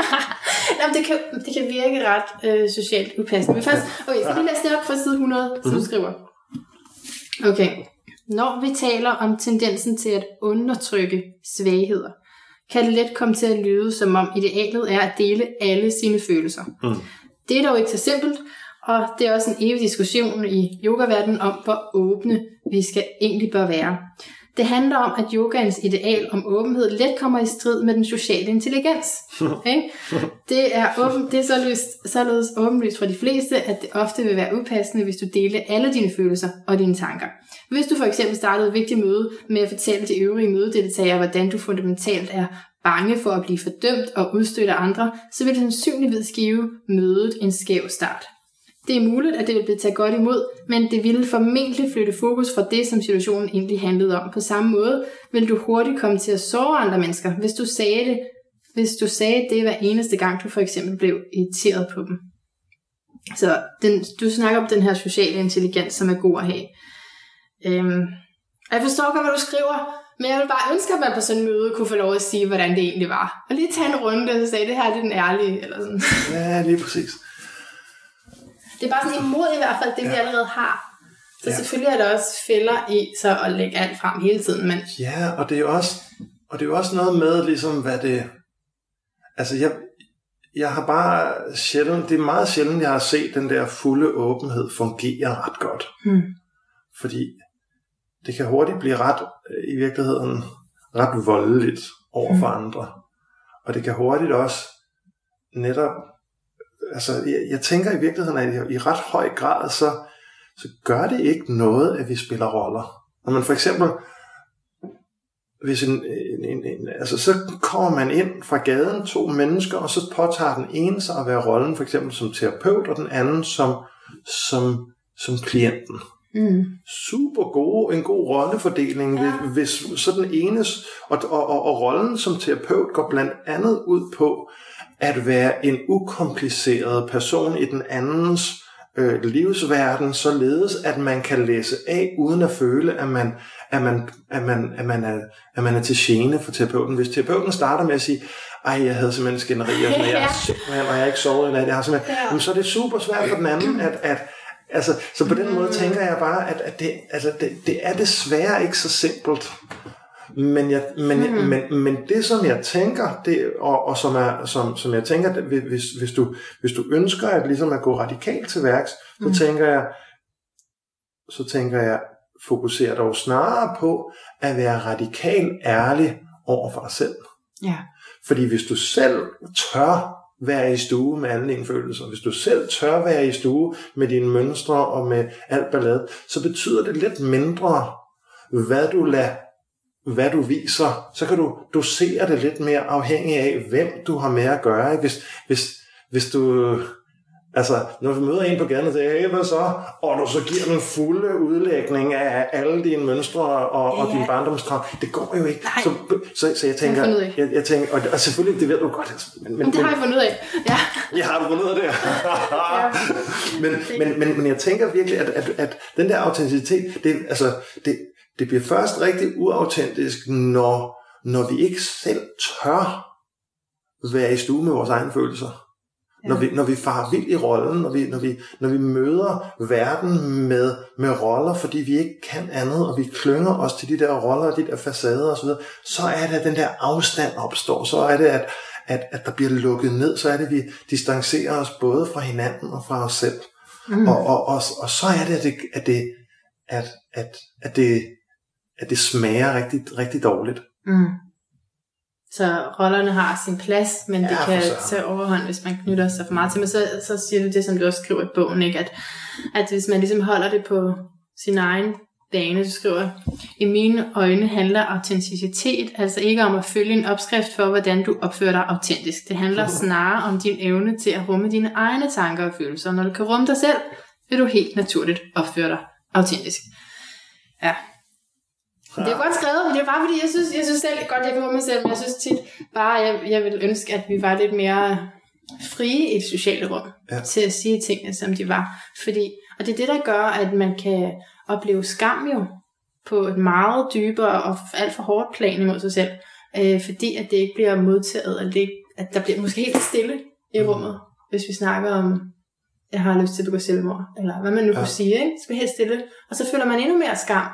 Nå, det, kan, det kan virke ret øh, socialt upassende. Men først, okay, så vi læser det op fra side hundrede, som du skriver. Okay. Når vi taler om tendensen til at undertrykke svagheder, kan det let komme til at lyde, som om idealet er at dele alle sine følelser. Mm. Det er dog ikke så simpelt, og det er også en evig diskussion i yogaverdenen om, hvor åbne vi skal egentlig bør være. Det handler om, at yogaens ideal om åbenhed let kommer i strid med den sociale intelligens. Okay? Det er, åben, det er således, således åbenlyst for de fleste, at det ofte vil være upassende, hvis du deler alle dine følelser og dine tanker. Hvis du for eksempel startede et vigtigt møde med at fortælle de øvrige mødedeltagere, hvordan du fundamentalt er bange for at blive fordømt og udstødt af andre, så vil det sandsynligvis give mødet en skæv start. Det er muligt, at det vil blive taget godt imod, men det ville formentlig flytte fokus fra det, som situationen egentlig handlede om. På samme måde vil du hurtigt komme til at såre andre mennesker, hvis du sagde det hvis du sagde det hver eneste gang, du for eksempel blev irriteret på dem. Så den, du snakker om den her sociale intelligens, som er god at have. Øhm, jeg forstår godt, hvad du skriver, men jeg vil bare ønske, at man på sådan en møde kunne få lov at sige, hvordan det egentlig var. Og lige tage en runde og sige, det her det er den ærlige. Eller sådan. Ja, lige præcis. Det er bare sådan imod i hvert fald det, ja. Vi allerede har. Så ja. Selvfølgelig er der også fælder i så at lægge alt frem hele tiden. Men... Ja, og det er jo også, og det er jo også noget med, ligesom, hvad det... Altså, jeg, jeg har bare sjældent... Det er meget sjældent, jeg har set den der fulde åbenhed fungere ret godt. Hmm. Fordi det kan hurtigt blive ret, i virkeligheden, ret voldeligt over for hmm. andre. Og det kan hurtigt også netop... Altså, jeg, jeg tænker i virkeligheden, at i ret høj grad, så... så gør det ikke noget, at vi spiller roller. Når man for eksempel, hvis en, en, en, en, altså så kommer man ind fra gaden, to mennesker, og så påtager den ene sig at være rollen, for eksempel som terapeut, og den anden som, som, som klienten. Mm. Super gode, en god rollefordeling, ja. hvis så den enes, og, og, og, og rollen som terapeut går blandt andet ud på, at være en ukompliceret person i den andens Øh, livsverden, således at man kan læse af uden at føle, at man, at man, at man, at man, er, at man er til gene for terapeuten. Hvis terapeuten starter med at sige, ej, jeg havde simpelthen skænderi, og sådan, jeg er simpelthen, og jeg er ikke sovet i nat, jeg har simpelthen, ja. Så er det super svært for den anden, at, at altså, så på den måde tænker jeg bare, at, at det, altså, det, det er desværre ikke så simpelt. Men, jeg, men, mm. men, men det som jeg tænker det, og, og som, er, som, som jeg tænker det, hvis, hvis, du, hvis du ønsker at, ligesom at gå radikalt til værks, så mm. tænker jeg så tænker jeg fokuser dog snarere på at være radikalt ærlig over for dig selv. Ja. Fordi hvis du selv tør være i stue med alle dine følelser, hvis du selv tør være i stue med dine mønstre og med alt ballade, så betyder det lidt mindre hvad du lader hvad du viser, så kan du dosere det lidt mere afhængig af, hvem du har med at gøre. Hvis, hvis, hvis du, altså, når du møder en på gaden og siger, hey, hvad så? Og du så giver den fulde udlægning af alle dine mønstre og, ja. og din barndomskrav, det går jo ikke. Så, så, så jeg tænker, jeg, jeg, jeg tænker, og, og selvfølgelig, det ved du godt. Men, men, det har jeg fundet ud af. Ja. Jeg har du fundet ud af det. Ja. men, men, men, men jeg tænker virkelig, at, at, at den der autenticitet, det, altså, det, Det bliver først rigtig uautentisk, når, når vi ikke selv tør være i stue med vores egne følelser. Ja. Når vi, når vi farer vildt i rollen, når vi, når vi, når vi møder verden med, med roller, fordi vi ikke kan andet, og vi klynger os til de der roller og de der facader osv., så er det, at den der afstand opstår. Så er det, at, at, at der bliver lukket ned. Så er det, at vi distancerer os både fra hinanden og fra os selv. Mm. Og, og, og, og så er det, at det, at det, at, at, at det at det smager rigtig, rigtig dårligt. Mm. Så rollerne har sin plads, men ja, det kan tage overhånd, hvis man knytter sig for meget til. Men så, så siger du det, som du også skriver i bogen, ikke? At, at hvis man ligesom holder det på sin egen bane, så skriver, i mine øjne handler autenticitet altså ikke om at følge en opskrift for, hvordan du opfører dig autentisk. Det handler snarere om din evne til at rumme dine egne tanker og følelser. Når du kan rumme dig selv, vil du helt naturligt opføre dig autentisk. Ja. Det er godt skrevet, men det er bare fordi, jeg synes, jeg synes selv godt, jeg kan rumme mig selv, men jeg synes tit bare, jeg, jeg vil ønske, at vi var lidt mere frie i det sociale rum, ja. Til at sige tingene, som de var. Fordi, og det er det, der gør, at man kan opleve skam jo, på et meget dybere og alt for hårdt plan imod sig selv, øh, fordi at det ikke bliver modtaget, at, det, at der bliver måske helt stille i rummet, hvis vi snakker om, jeg har lyst til at begå selvmord, eller hvad man nu ja. Kunne sige, ikke? Så bliver helt stille, og så føler man endnu mere skam.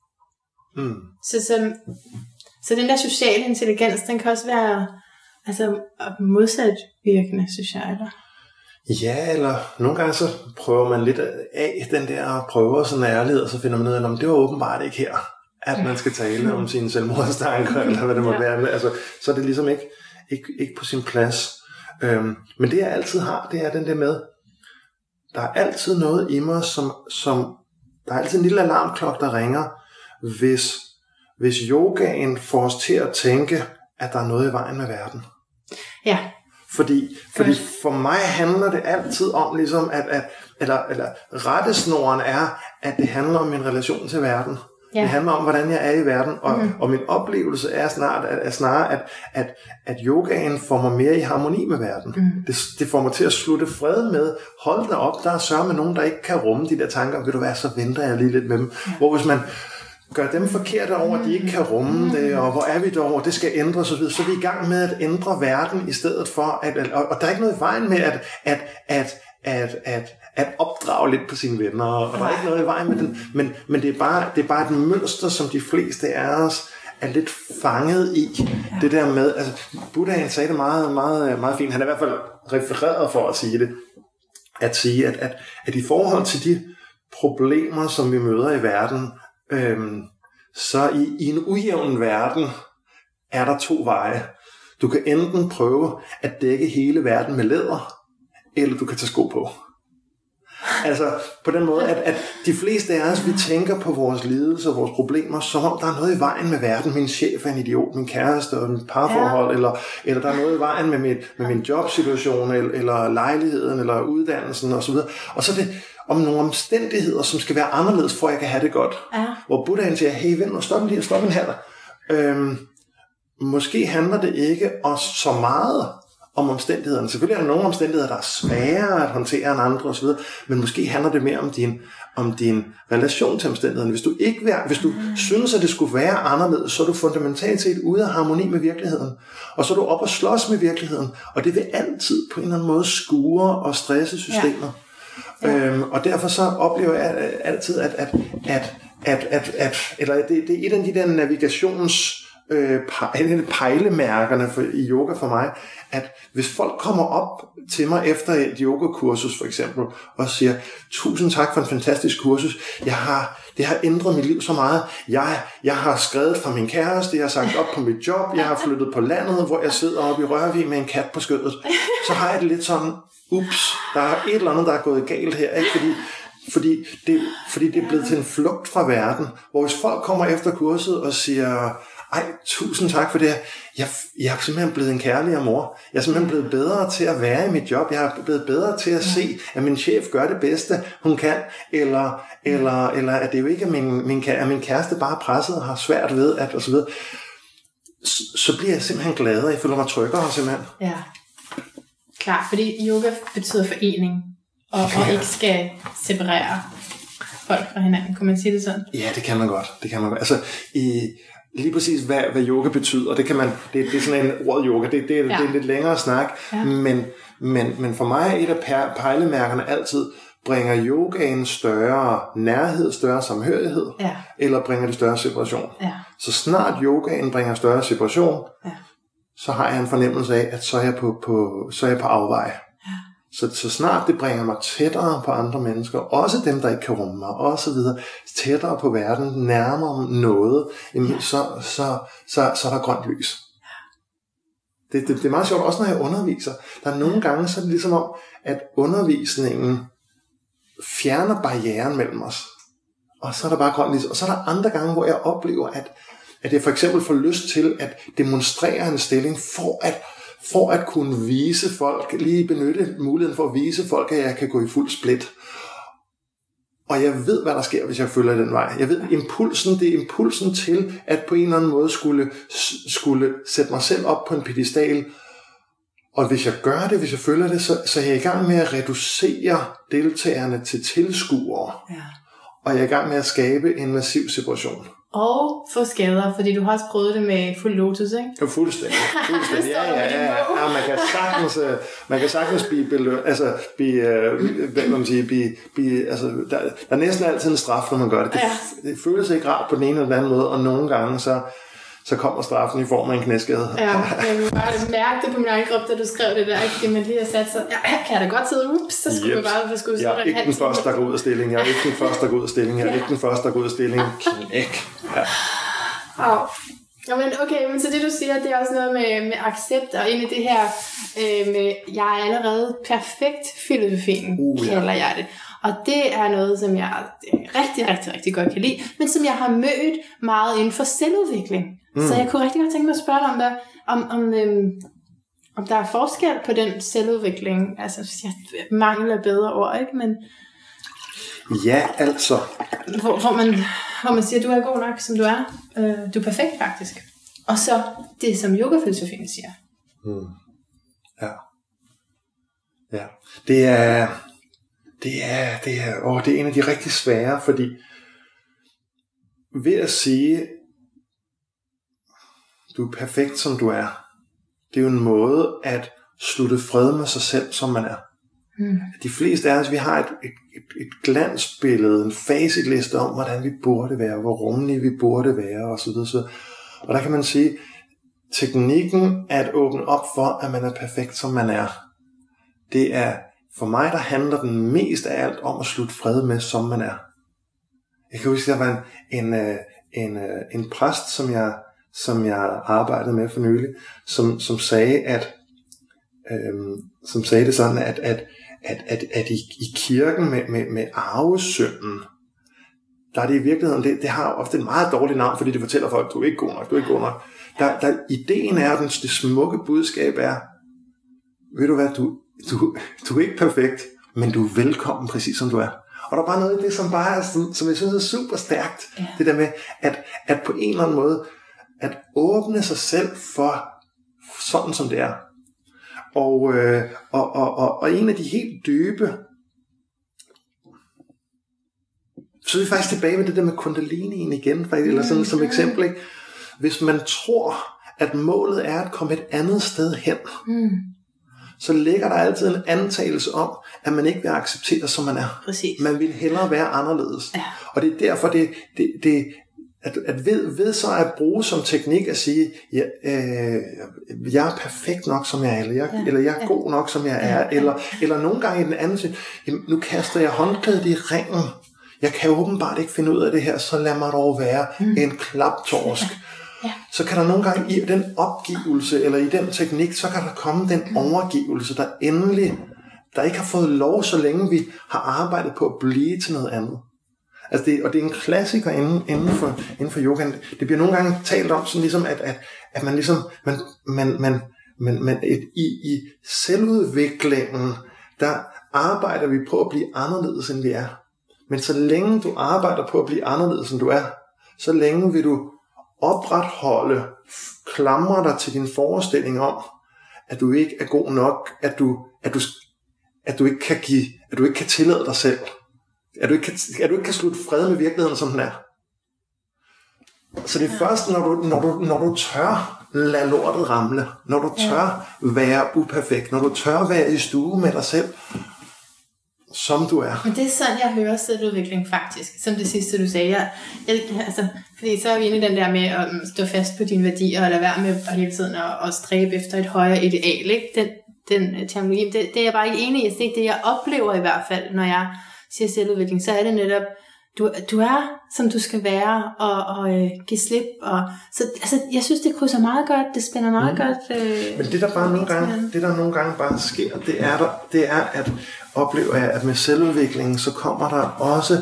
Mm. Så, så, så den der sociale intelligens, den kan også være altså, modsat virkende, synes jeg. Eller? Ja, eller nogle gange så prøver man lidt af den der prøver sådan ærlighed, og så finder man ud af, at det var åbenbart ikke her, at man skal tale om sine selvmordstanker, eller hvad det må ja. Være. Altså, så er det ligesom ikke, ikke, ikke på sin plads. Øhm, men det jeg altid har, det er den der med, der er altid noget i mig, som, som der er altid en lille alarmklokke, der ringer, Hvis, hvis yogaen får os til at tænke, at der er noget i vejen med verden. Ja. Fordi, fordi for mig handler det altid om, ligesom at, at eller, eller rettesnoren er, at det handler om min relation til verden. Ja. Det handler om, hvordan jeg er i verden, og, mm. og min oplevelse er snart, er, er snarere, at, at, at yogaen får mig mere i harmoni med verden. Mm. Det, det får mig til at slutte fred med, hold da op, der er sørge med nogen, der ikke kan rumme de der tanker, vil du være, så venter jeg lige lidt med dem. Ja. Hvor hvis man gør dem forkerte over, at de ikke kan rumme det, og hvor er vi dog, og det skal ændres osv., så er vi i gang med at ændre verden, i stedet for, at, at og, og der er ikke noget i vejen med, at, at, at, at, at, at opdrage lidt på sine venner, og der er ikke noget i vejen med den, men, men det, er bare, det er bare et mønster, som de fleste af os er lidt fanget i. Ja. Det der med, altså Buddhaen sagde det meget, meget, meget fint, han er i hvert fald refereret for at sige det, at sige, at, at, at i forhold til de problemer, som vi møder i verden, Øhm, så i, i en ujævn verden er der to veje. Du kan enten prøve at dække hele verden med læder, eller du kan tage sko på. Altså på den måde, at, at de fleste af os, vi tænker på vores lidelser og vores problemer, som om der er noget i vejen med verden. Min chef er en idiot, min kæreste og mit parforhold, ja. eller, eller der er noget i vejen med, mit, med min jobsituation, eller, eller lejligheden, eller uddannelsen osv. Og så er det om nogle omstændigheder, som skal være anderledes, for at jeg kan have det godt. Ja. Hvor Buddhaen siger, hey ven, stop lige, stop en her. Øhm, måske handler det ikke også så meget om omstændighederne. Selvfølgelig er der nogle omstændigheder, der er sværere at håndtere end andre osv., men måske handler det mere om din, om din relation til omstændighederne. Hvis du, ikke vær, hvis du mm. synes, at det skulle være anderledes, så er du fundamentalt set ude af harmoni med virkeligheden. Og så er du op og slås med virkeligheden. Og det vil altid på en eller anden måde skure og stresse systemer. Ja. Ja. Øhm, og derfor så oplever jeg altid, at, at, at, at, at, at eller det, det er et af de der navigations øh, pejlemærkerne for, i yoga for mig, at hvis folk kommer op til mig efter et yogakursus for eksempel, og siger, tusind tak for en fantastisk kursus, jeg har, det har ændret mit liv så meget, jeg, jeg har skrevet fra min kæreste, jeg har sagt op på mit job, jeg har flyttet på landet, hvor jeg sidder oppe i Rørvig med en kat på skødet, så har jeg det lidt sådan, ups, der er et eller andet, der er gået galt her, ikke? Fordi, fordi, det, fordi det er blevet til en flugt fra verden, hvor hvis folk kommer efter kurset og siger, ej, tusind tak for det, jeg, jeg er simpelthen blevet en kærligere mor, jeg er simpelthen blevet bedre til at være i mit job, jeg er blevet bedre til at se, at min chef gør det bedste, hun kan, eller, eller, eller at det jo ikke er min, min, at min kæreste bare presset og har svært ved, at og så videre, så, så bliver jeg simpelthen gladere, jeg føler mig tryggere simpelthen. Ja. Klar, fordi yoga betyder forening, og, og ikke skal separere folk fra hinanden. Kunne man sige det sådan? Ja, det kan man godt. Det kan man godt. Altså, i, lige præcis hvad, hvad yoga betyder, det kan man, det, det er sådan en ord yoga, det, det, ja. det er en lidt længere snak, ja. men, men, men for mig er et af pejlemærkerne altid, bringer yogaen større nærhed, større samhørighed, ja. eller bringer det større separation. Ja. Så snart yogaen bringer større separation, ja. så har jeg en fornemmelse af, at så er jeg på, på, så er jeg på afvej. Ja. Så, så snart det bringer mig tættere på andre mennesker, også dem, der ikke kan rumme mig, og så videre, tættere på verden, nærmere noget, jamen, ja. så, så, så, så er der grønt lys. Ja. Det, det, det er meget sjovt, også når jeg underviser. Der er nogle gange, så er det ligesom om, at undervisningen fjerner barrieren mellem os. Og så er der bare grønt lys. Og så er der andre gange, hvor jeg oplever, at at jeg for eksempel får lyst til at demonstrere en stilling for at, for at kunne vise folk, lige benytte muligheden for at vise folk, at jeg kan gå i fuld split. Og jeg ved, hvad der sker, hvis jeg følger den vej. Jeg ved, impulsen, det er impulsen til at på en eller anden måde skulle, skulle sætte mig selv op på en pedestal. Og hvis jeg gør det, hvis jeg følger det, så, så er jeg i gang med at reducere deltagerne til tilskuere. Ja. Og jeg er i gang med at skabe en massiv separation. Og få skader, fordi du har også prøvet det med fuld lotus, ikke? Ja, fuldstændig. fuldstændig. ja, ja, ja, ja. ja, man kan sagtens, man kan sagtens blive belønnet, altså, blive, hvad kan man sige, blive, blive, altså, der, der er næsten altid en straf, når man gør det. Det, ja. det føles ikke rart på den ene eller den anden måde, og nogle gange så, så kommer straffen i form af en knæskade. Ja, jeg vil bare mærke det på min egen krop, da du skrev det der, ikke? Fordi man lige har sat sig, ja, kan jeg da godt sidde, ups, så skulle yep. jeg bare, skulle jeg er ikke den første, der går ud af stilling, jeg er ikke den første, der går ud af stilling, jeg er ikke den første, der går ud af stilling, knæk. Ja. Wow. Ja, men okay, men så det du siger, det er også noget med, med accept, og ind i det her øh, med, jeg er allerede perfekt filosofien, uh, kalder ja. jeg det. Og det er noget, som jeg rigtig, rigtig, rigtig godt kan lide, men som jeg har mødt meget inden for selvudvikling. Mm. Så jeg kunne rigtig godt tænke mig at spørge dig om, der, om, om, øhm, om der er forskel på den selvudvikling. Altså, jeg mangler bedre ord, ikke? Men ja, altså. Hvor, hvor man hvor man siger, at du er god nok, som du er. Øh, du er perfekt, faktisk. Og så det, som yogafilosofien siger. Mm. Ja. Ja. Det er, det er, det er, åh, det er en af de rigtig svære, fordi ved at sige, du er perfekt, som du er, det er jo en måde at slutte fred med sig selv, som man er. Mm. De fleste af os, vi har et, et, et, et glansbillede, en facitliste om, hvordan vi burde være, hvor rummelige vi burde være, osv. Så, og der kan man sige, teknikken at åbne op for, at man er perfekt, som man er, det er, for mig, der handler den mest af alt om at slutte fred med, som man er. Jeg kan huske, at der var en, en, en, en præst, som jeg, som jeg arbejdede med for nylig, som, som sagde, at øhm, som sagde det sådan, at, at, at, at, at i, i kirken med, med, med arvesynden, der er det i virkeligheden, det, det har ofte en meget dårlig navn, fordi det fortæller folk, du er ikke god nok, du er ikke god nok. Der, der, ideen er, den, det smukke budskab er, ved du hvad, du, du, du er ikke perfekt, men du er velkommen præcis som du er. Og der er bare noget i det, som bare er sådan, som jeg synes er super stærkt. Ja. Det der med, at, at på en eller anden måde, at åbne sig selv for sådan som det er. Og, øh, og, og, og, og en af de helt dybe, så er vi faktisk tilbage med det der med kundalini'en igen, faktisk, eller sådan som eksempel, ikke? Hvis man tror, at målet er at komme et andet sted hen, mm. så ligger der altid en antagelse om, at man ikke vil acceptere, som man er. Præcis. Man vil hellere være anderledes. Ja. Og det er derfor, det, det, det at, at ved, ved så at bruge som teknik at sige, ja, øh, jeg er perfekt nok, som jeg er, eller jeg, ja. eller jeg er god nok, som jeg er, ja. eller, eller nogle gange i den anden side, nu kaster jeg håndklædet i ringen. Jeg kan åbenbart ikke finde ud af det her, så lad mig dog være mm. en klaptorsk. Ja. Ja. Så kan der nogle gange i den opgivelse, eller i den teknik, så kan der komme den overgivelse, der endelig, der ikke har fået lov, så længe vi har arbejdet på at blive til noget andet. Altså det, og det er en klassiker inden, inden, for, inden for yogaen. Det bliver nogle gange talt om, sådan ligesom at, at, at man ligesom, man, man, man, man, man et, i, i selvudviklingen, der arbejder vi på at blive anderledes, end vi er. Men så længe du arbejder på at blive anderledes, end du er, så længe vil du opretholde, klamre dig til din forestilling om, at du ikke er god nok, at du, at du, at du ikke kan give, at du ikke kan tillade dig selv, at du ikke kan, at du ikke kan slutte fred med virkeligheden, som den er. Så det er først, når du, når du, når du tør lade lortet ramle, når du tør være uperfekt, når du tør være i stue med dig selv, som du er. Men det er sådan, jeg hører selvudvikling faktisk, som det sidste, du sagde. Jeg, jeg, altså, fordi så er vi inde i den der med at stå fast på dine værdier, og lade være med at hele tiden at, at stræbe efter et højere ideal. Ikke? Den, den terminologi, det, det er jeg bare ikke enig i. Det er ikke det, jeg oplever i hvert fald, når jeg siger selvudvikling. Så er det netop, du, du er, som du skal være, og, og øh, give slip. Og, så altså, jeg synes, det krydser meget godt, det spænder meget mm. godt. Øh, Men det der bare nogle gange, det der nogle gange bare sker, det er, der, det er at oplever jeg, at med selvudviklingen, så kommer der også,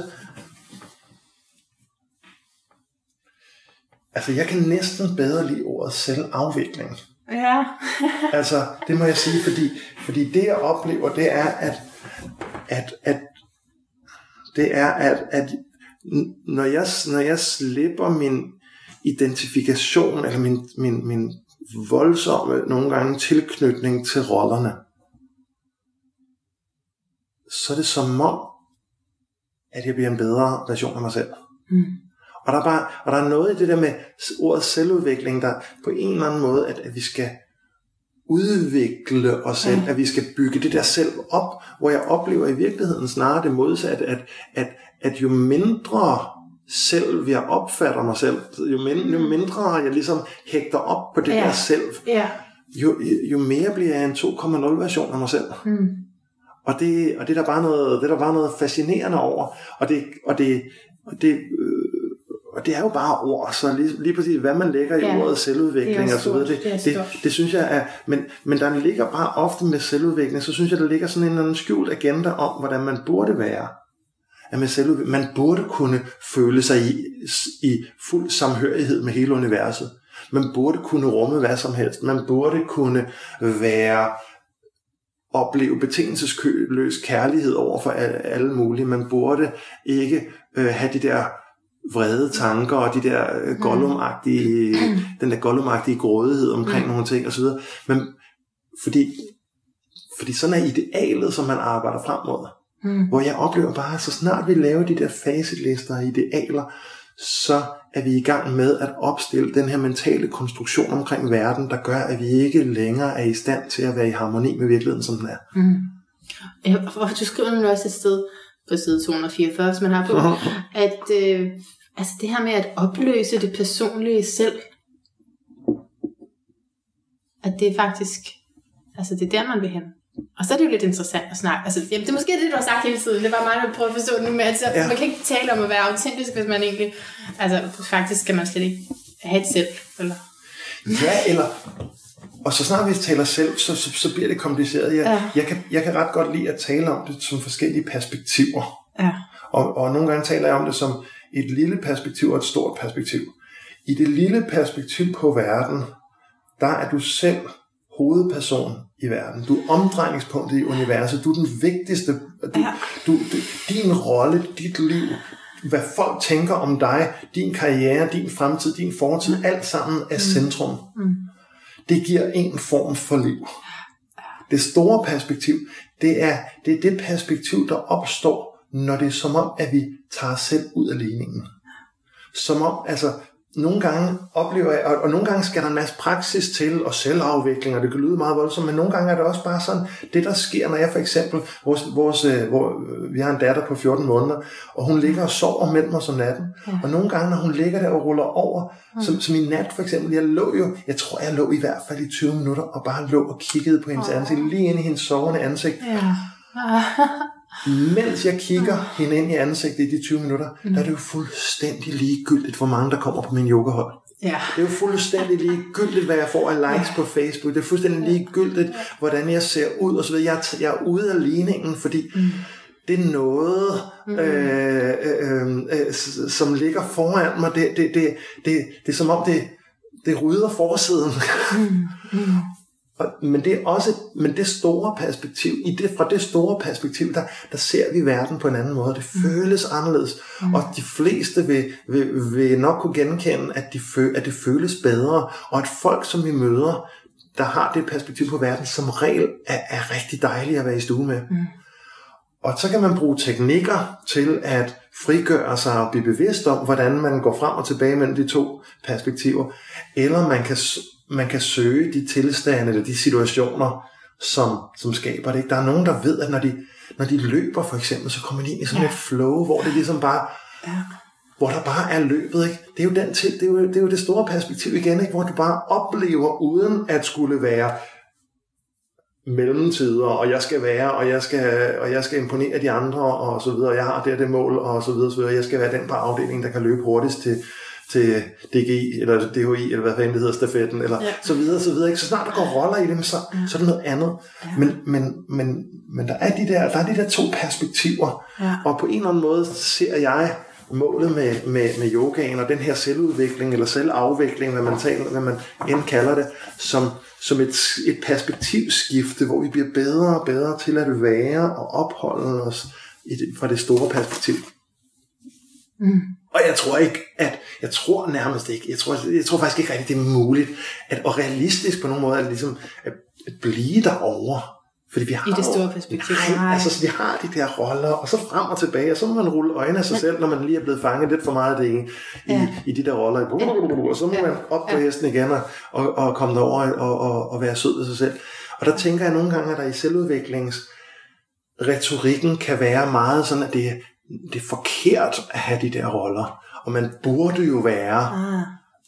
altså jeg kan næsten bedre lide ordet selvafvikling. Ja. Altså, det må jeg sige, fordi, fordi det jeg oplever, det er, at, at, at det er, at, at når, jeg, når jeg slipper min identifikation, eller min, min, min voldsomme, nogle gange tilknytning til rollerne, så er det som om, at jeg bliver en bedre version af mig selv. Mm. Og, der er bare, og der er noget i det der med ordet selvudvikling, der på en eller anden måde, at, at vi skal udvikle os selv, mm. at vi skal bygge det der selv op, hvor jeg oplever i virkeligheden snarere det modsatte, at, at, at jo mindre selv jeg opfatter mig selv, jo mindre, jo mindre jeg ligesom hægter op på det yeah. der selv, yeah. jo, jo mere bliver jeg en to komma nul version af mig selv. Mm. Og det, og det er der bare noget, det er der bare noget fascinerende over, og det, og det, og det, øh, og det er jo bare ord, så lige, lige præcis hvad man lægger i ja, ordet selvudvikling og så videre, det, det, det, det synes jeg er, men, men der ligger bare ofte med selvudvikling, så synes jeg der ligger sådan en eller anden skjult agenda om, hvordan man burde være. At med selvudvikling, man burde kunne føle sig i, i fuld samhørighed med hele universet. Man burde kunne rumme hvad som helst. Man burde kunne være opleve betingelsesløs kærlighed over for alle mulige. Man burde ikke øh, have de der vrede tanker og de der Gollum-agtige, mm. den der Gollum-agtige grådighed omkring mm. nogle ting osv. Men fordi, fordi sådan er idealet, som man arbejder frem mod. Mm. Hvor jeg oplever bare, at så snart vi laver de der facitlister og idealer, så er vi i gang med at opstille den her mentale konstruktion omkring verden, der gør, at vi ikke længere er i stand til at være i harmoni med virkeligheden, som den er. Mm. Ja, og du skriver nu også et sted på side to hundrede og fireogfyrre, hvis man har på, at øh, altså det her med at opløse det personlige selv, at det er faktisk, altså det er der, man vil hen. Og så er det jo lidt interessant at snakke. Altså, jamen, det er måske det, du har sagt hele tiden. Det var meget, at prøve at forstå det nu med, at ja. Man kan ikke tale om at være autentisk, hvis man egentlig... Altså, faktisk skal man slet ikke have et selv, eller... Ja, eller... Og så snart vi taler selv, så, så, så bliver det kompliceret. Jeg, ja. jeg, kan, jeg kan ret godt lide at tale om det som forskellige perspektiver. Ja. Og, og nogle gange taler jeg om det som et lille perspektiv og et stort perspektiv. I det lille perspektiv på verden, der er du selv hovedperson i verden. Du er omdrejningspunktet i universet. Du er den vigtigste. Du, ja. du, du, din rolle, dit liv, hvad folk tænker om dig, din karriere, din fremtid, din fortid, mm. alt sammen er centrum. Mm. Det giver en form for liv. Det store perspektiv, det er, det er det perspektiv, der opstår, når det er som om, at vi tager os selv ud af ligningen. Som om, altså, nogle gange oplever jeg, og, og nogle gange skal der en masse praksis til, og selvafvikling, og det kan lyde meget voldsomt, men nogle gange er det også bare sådan, det der sker, når jeg for eksempel, vores, vores, hvor, vi har en datter på fjorten måneder, og hun ligger og sover mellem os om natten, ja. Og nogle gange, når hun ligger der og ruller over, mm. som, som i nat for eksempel, jeg lå jo, jeg tror jeg lå i hvert fald i tyve minutter, og bare lå og kiggede på hendes oh. ansigt, lige ind i hendes sovende ansigt. Ja. Mens jeg kigger mm. hende ind i ansigtet i de tyve minutter, mm. der er det jo fuldstændig ligegyldigt, hvor mange der kommer på min yogahold. Ja. Det er jo fuldstændig ligegyldigt, hvad jeg får af likes ja. På Facebook. Det er fuldstændig ligegyldigt, hvordan jeg ser ud og så videre. Jeg er, jeg er ude af ligningen, fordi mm. det er noget, mm. øh, øh, øh, som ligger foran mig. Det, det, det, det, det er som om, det, det rydder forsiden. Mm. Mm. Men det er også, men det store perspektiv, i det, fra det store perspektiv, der, der ser vi verden på en anden måde. Det føles mm. anderledes, mm. og de fleste vil, vil, vil nok kunne genkende, at, de føl, at det føles bedre, og at folk, som vi møder, der har det perspektiv på verden, som regel er, er rigtig dejlige at være i stue med. Mm. Og så kan man bruge teknikker til at frigøre sig og blive bevidst om, hvordan man går frem og tilbage mellem de to perspektiver, eller man kan man kan søge de tilstande eller de situationer, som, som skaber det. Ikke? Der er nogen, der ved, at når de, når de løber for eksempel, så kommer de ind i sådan ja. Et flow, hvor det ligesom bare, ja. Hvor der bare er løbet. Ikke? Det er jo den til, det er jo, det er jo det store perspektiv igen, ikke? Hvor du bare oplever, uden at skulle være mellemtider, og jeg skal være, og jeg skal, og jeg skal imponere de andre, og så videre. Jeg har det det mål, og så videre, så videre. Jeg skal være den på afdelingen, der kan løbe hurtigst til til D G I, eller D H I, eller hvad fanden det hedder, stafetten, eller ja. så videre, så videre. Ikke? Så snart der går roller i dem, så, ja. så er det noget andet. Ja. Men, men, men, men der er de der, der er de der to perspektiver, ja. Og på en eller anden måde ser jeg målet med, med, med yogaen, og den her selvudvikling, eller selvafvikling, hvad man, taler, hvad man end kalder det, som, som et, et perspektivskifte, hvor vi bliver bedre og bedre til at være og opholde os i det, fra det store perspektiv. Mm. Og jeg tror ikke, at jeg tror nærmest ikke, jeg tror, jeg tror faktisk ikke rigtig, det er muligt, at, og realistisk på nogen måde, at, ligesom, at, at blive derovre. Fordi vi har i det store perspektiv. Nej, altså vi har de der roller, og så frem og tilbage, og så må man rulle øjnene af sig selv, når man lige er blevet fanget lidt for meget af det ene, ja. i, i de der roller, og så må ja. Man op på hesten igen, og, og, og komme derover og, og, og være sød ved sig selv. Og der tænker jeg nogle gange, at der i selvudviklingsretorikken kan være meget sådan, at det det er forkert at have de der roller, og man burde jo være ah.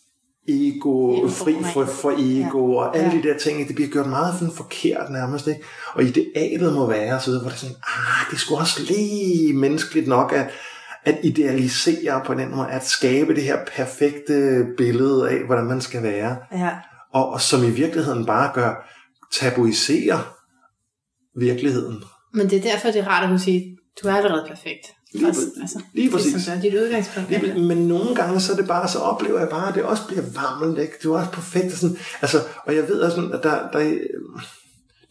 ego, fri for, for ego, ja. Og alle ja. De der ting, det bliver gjort meget sådan forkert nærmest, ikke? Og idealet må være, så hvor det er sådan, ah, det skulle også lige menneskeligt nok at, at idealisere på den måde, at skabe det her perfekte billede af, hvordan man skal være, ja. og, og som i virkeligheden bare gør, tabuisere virkeligheden. Men det er derfor, det er rart at kunne sige, du er allerede perfekt. Lige, også, altså, lige præcis. Det er sådan, dit udgangspunkt. Lige, men nogle gange så er det bare, så oplever jeg bare, at det også bliver varmt, ikke? Du er også perfekt. Og, sådan, altså, og jeg ved også, at der, der,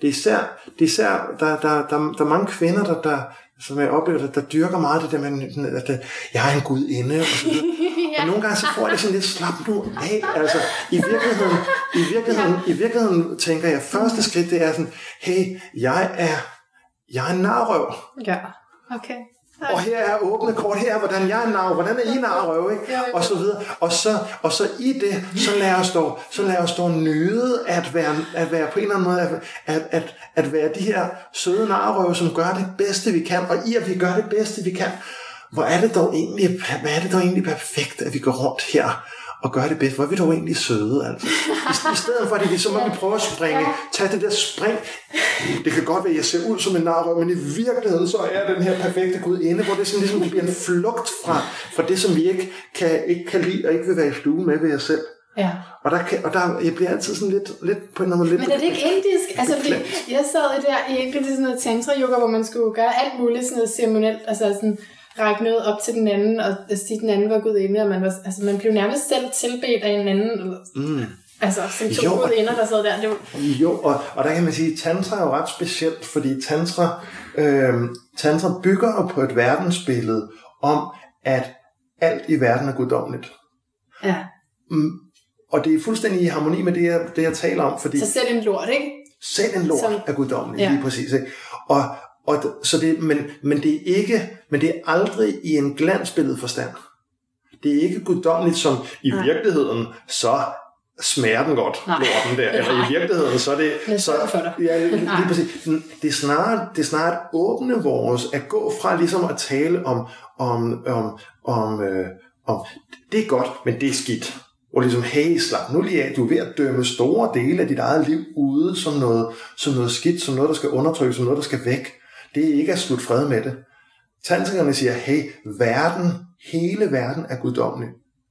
det er især, det er især der, der, der, der er mange kvinder, der, der som jeg oplever, der, der dyrker meget det der med, at jeg er en gudinde, og så videre. Ja. Og nogle gange så får jeg det sådan lidt slap nu af. Altså, i virkeligheden, i virkeligheden, ja. i virkeligheden tænker jeg, første skridt, det er sådan, hey, jeg er, jeg er en narrøv. Ja, okay. Og her er åbne kort, her er, hvordan jeg er narrøv, hvordan er I narrøv, ikke? Ja, ja. Og så videre. Og så, og så i det, så lader os dog, så lader os dog nyde at være, at være på en eller anden måde, at, at, at, at være de her søde narrøve, som gør det bedste, vi kan. Og i at vi gør det bedste, vi kan, hvor er det dog egentlig, hvad er det dog egentlig perfekt, at vi går rundt her og gør det bedst. Hvor er vi dog egentlig søde, altså. I, i stedet for, det, så må vi prøve at springe, tage det der spring. Det kan godt være, at jeg ser ud som en narrøv, men i virkeligheden, så er den her perfekte gudinde, hvor det sådan ligesom, det bliver en flugt fra, fra det, som vi ikke kan, ikke kan lide, og ikke vil være i stue med ved os selv. Ja. Og der, kan, og der jeg bliver altid sådan lidt, lidt på en eller anden måde. Men er det ikke indisk? Altså, fordi jeg sad der i egentlig sådan noget tantra-yoga, hvor man skulle gøre alt muligt sådan noget ceremonielt, altså sådan række noget op til den anden, og sige, den anden var gudinde, og man, var, altså, man blev nærmest selv tilbedt af en anden, eller, mm. altså som to gudinder, der sad der. Det var... Jo, og, og der kan man sige, at tantra er jo ret specielt, fordi tantra, øh, tantra bygger på et verdensbillede om, at alt i verden er guddommeligt. Ja. Mm, og det er fuldstændig i harmoni med det, jeg, det, jeg taler om. Fordi så selv en lort, ikke? Selv en lort som... er guddommelig, ja. Lige præcis. Ikke? Og Og så det, men, men, det er ikke, men det er aldrig i en glansbillede forstand. Det er ikke guddommeligt, som i Nej. virkeligheden, så smager den godt, Nej. lorten der. Eller i virkeligheden, så er det... det så, ja, lige præcis. Det er snarere, det er snarere at åbne vores, at gå fra ligesom at tale om, om, om, om, øh, om det er godt, men det er skidt. Og ligesom, hey, slap nu lige af, du er ved at dømme store dele af dit eget liv ude som noget, som noget skidt, som noget, der skal undertrykkes, som noget, der skal væk. Det er ikke at slutte fred med det. Tantrikerne siger, hey, verden, hele verden er guddommelig.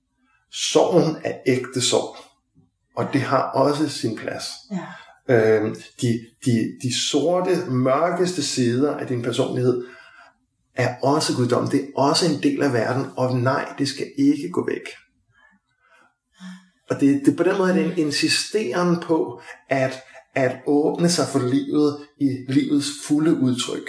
Sorgen er ægte sorg. Og det har også sin plads. Ja. Øhm, de, de, de sorte, mørkeste sider af din personlighed er også guddommelig. Det er også en del af verden. Og nej, det skal ikke gå væk. Og det, det, på den måde er det en insisteren på, at at åbne sig for livet i livets fulde udtryk.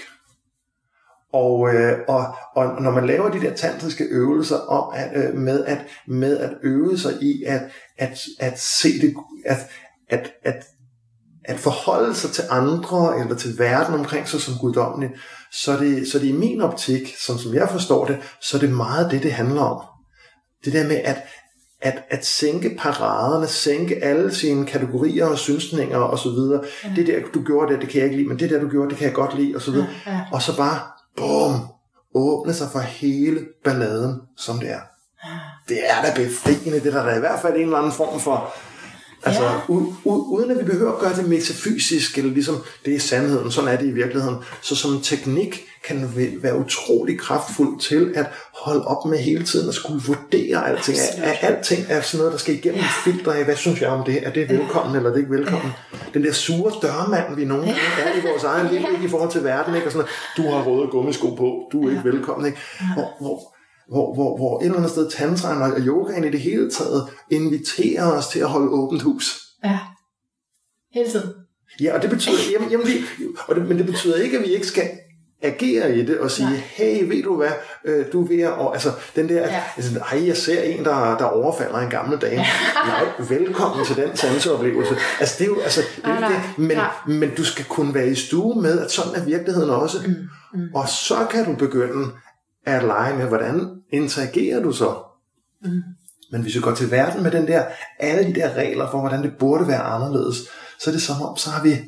Og, øh, og, og når man laver de der tantriske øvelser om at, øh, med, at, med at øve sig i at, at, at se det, at, at, at, at forholde sig til andre eller til verden omkring sig som guddommelig, så er det, så er det i min optik, som, som jeg forstår det, så er det meget det, det handler om. Det der med at At, at sænke paraderne, sænke alle sine kategorier og synsninger og så videre. Ja. Det der, du gjorde det, det kan jeg ikke lide, men det der, du gjorde, det kan jeg godt lide, og så videre. Ja, ja. Og så bare, bum, åbne sig for hele balladen, som det er. Ja. Det er da befriende, det der er i hvert fald en eller anden form for, altså, ja. u, u, uden at vi behøver at gøre det metafysisk, eller ligesom, det er sandheden, sådan er det i virkeligheden. Så som teknik kan være utrolig kraftfuld til at holde op med hele tiden at skulle vurdere alting. Er, er alting er sådan noget, der skal igennem ja. filtre af, hvad synes jeg om det? Er det velkommen, ja. eller er det ikke velkommen? Ja. Den der sure dørmand, vi nogle gange er i vores egen liv, ikke i forhold til verden, ikke? Og sådan, du har røde gummisko på, du er ikke ja. velkommen. Ikke? Hvor, hvor, hvor, hvor, hvor et eller andet sted tantraen og yogaen i det hele taget inviterer os til at holde åbent hus. Ja, hele tiden. Ja, og det betyder, jamen, jamen, vi, og det, men det betyder ikke, at vi ikke skal agere i det og sige, ja. hey, ved du hvad, øh, du er ved at, og, altså den der, ja. altså, hej, jeg ser en, der, der overfalder en gammel dame. Ja. Nej, velkommen til den sanseoplevelse. Altså det er jo, altså, det er jo det, men, ja. men du skal kunne være i stue med, at sådan er virkeligheden også. Mm. Mm. Og så kan du begynde at lege med, hvordan interagerer du så? Mm. Men hvis vi går til verden med den der, alle de der regler for, hvordan det burde være anderledes, så er det som om, så har vi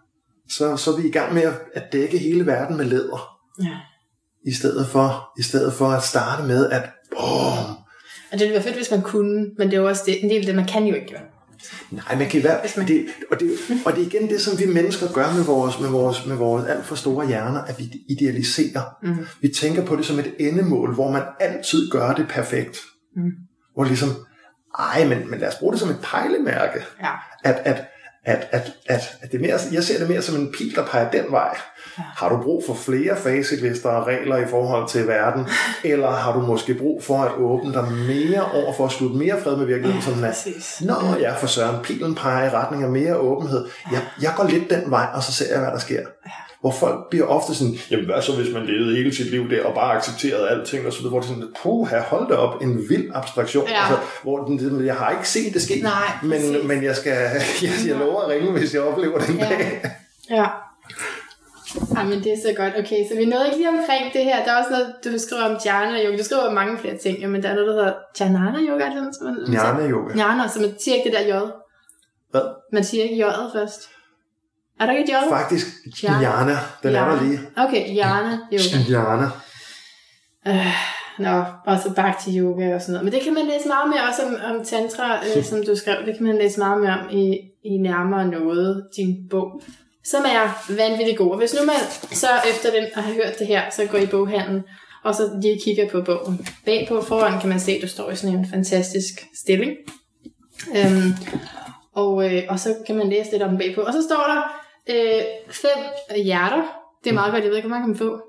Så, så er vi i gang med at dække hele verden med læder. Ja. I stedet for, i stedet for at starte med at boom. Og det ville være fedt, hvis man kunne, men det er jo også det, en del af det, man kan jo ikke gøre. Nej, man kan i hvert fald, det, og, det, og det er igen det, som vi mennesker gør med vores, med vores, med vores alt for store hjerner, at vi idealiserer. Mm. Vi tænker på det som et endemål, hvor man altid gør det perfekt. Mm. Hvor ligesom, ej, men, men lad os bruge det som et pejlemærke. Ja. At, at At, at, at, at det mere, jeg ser det mere som en pil, der peger den vej. Ja. Har du brug for flere facelister og regler i forhold til verden, eller har du måske brug for at åbne dig mere over for at slutte mere fred med virkeligheden, som den er? Nå ja, for søren, pilen peger i retning af mere åbenhed. Jeg, jeg går lidt den vej, og så ser jeg, hvad der sker. Ja. Hvor folk bliver ofte sådan, jamen hvad så hvis man levede hele sit liv der, og bare accepterede alting, og så videre, hvor det sådan, puh, her hold da op, en vild abstraktion, ja. Altså, hvor den, jeg har ikke set det ske, Nej, men, men jeg skal, jeg, jeg lover at ringe, hvis jeg oplever den ja. dag. Ja. Ej, men det er så godt. Okay, så vi nåede ikke lige omkring det her. Der er også noget, du skriver om jhana yoga. Du skriver om mange flere ting, men der er noget, der hedder jnana yoga. Jnana yoga. Jnana, så man siger ikke det der j. Hvad? Man siger ikke j'et først. Er der ikke et j? Faktisk, jnana. Den jnana. er der lige. Okay, jnana yoga. Jnana. Øh, nå, og så bhakti yoga og sådan noget. Men det kan man læse meget mere også om, om tantra, øh, som du skrev. Det kan man læse meget mere om i, i nærmere noget, din bog. Som er vanvittigt god. Hvis nu man så efter den at have hørt det her, så går i boghandlen, og så lige kigger på bogen. Bagpå foran kan man se, at du står i sådan en fantastisk stilling. Øhm, og, øh, og så kan man læse lidt om den bagpå. Og så står der øh, fem hjerter. Det er meget godt, jeg ved ikke, hvor mange kan man få.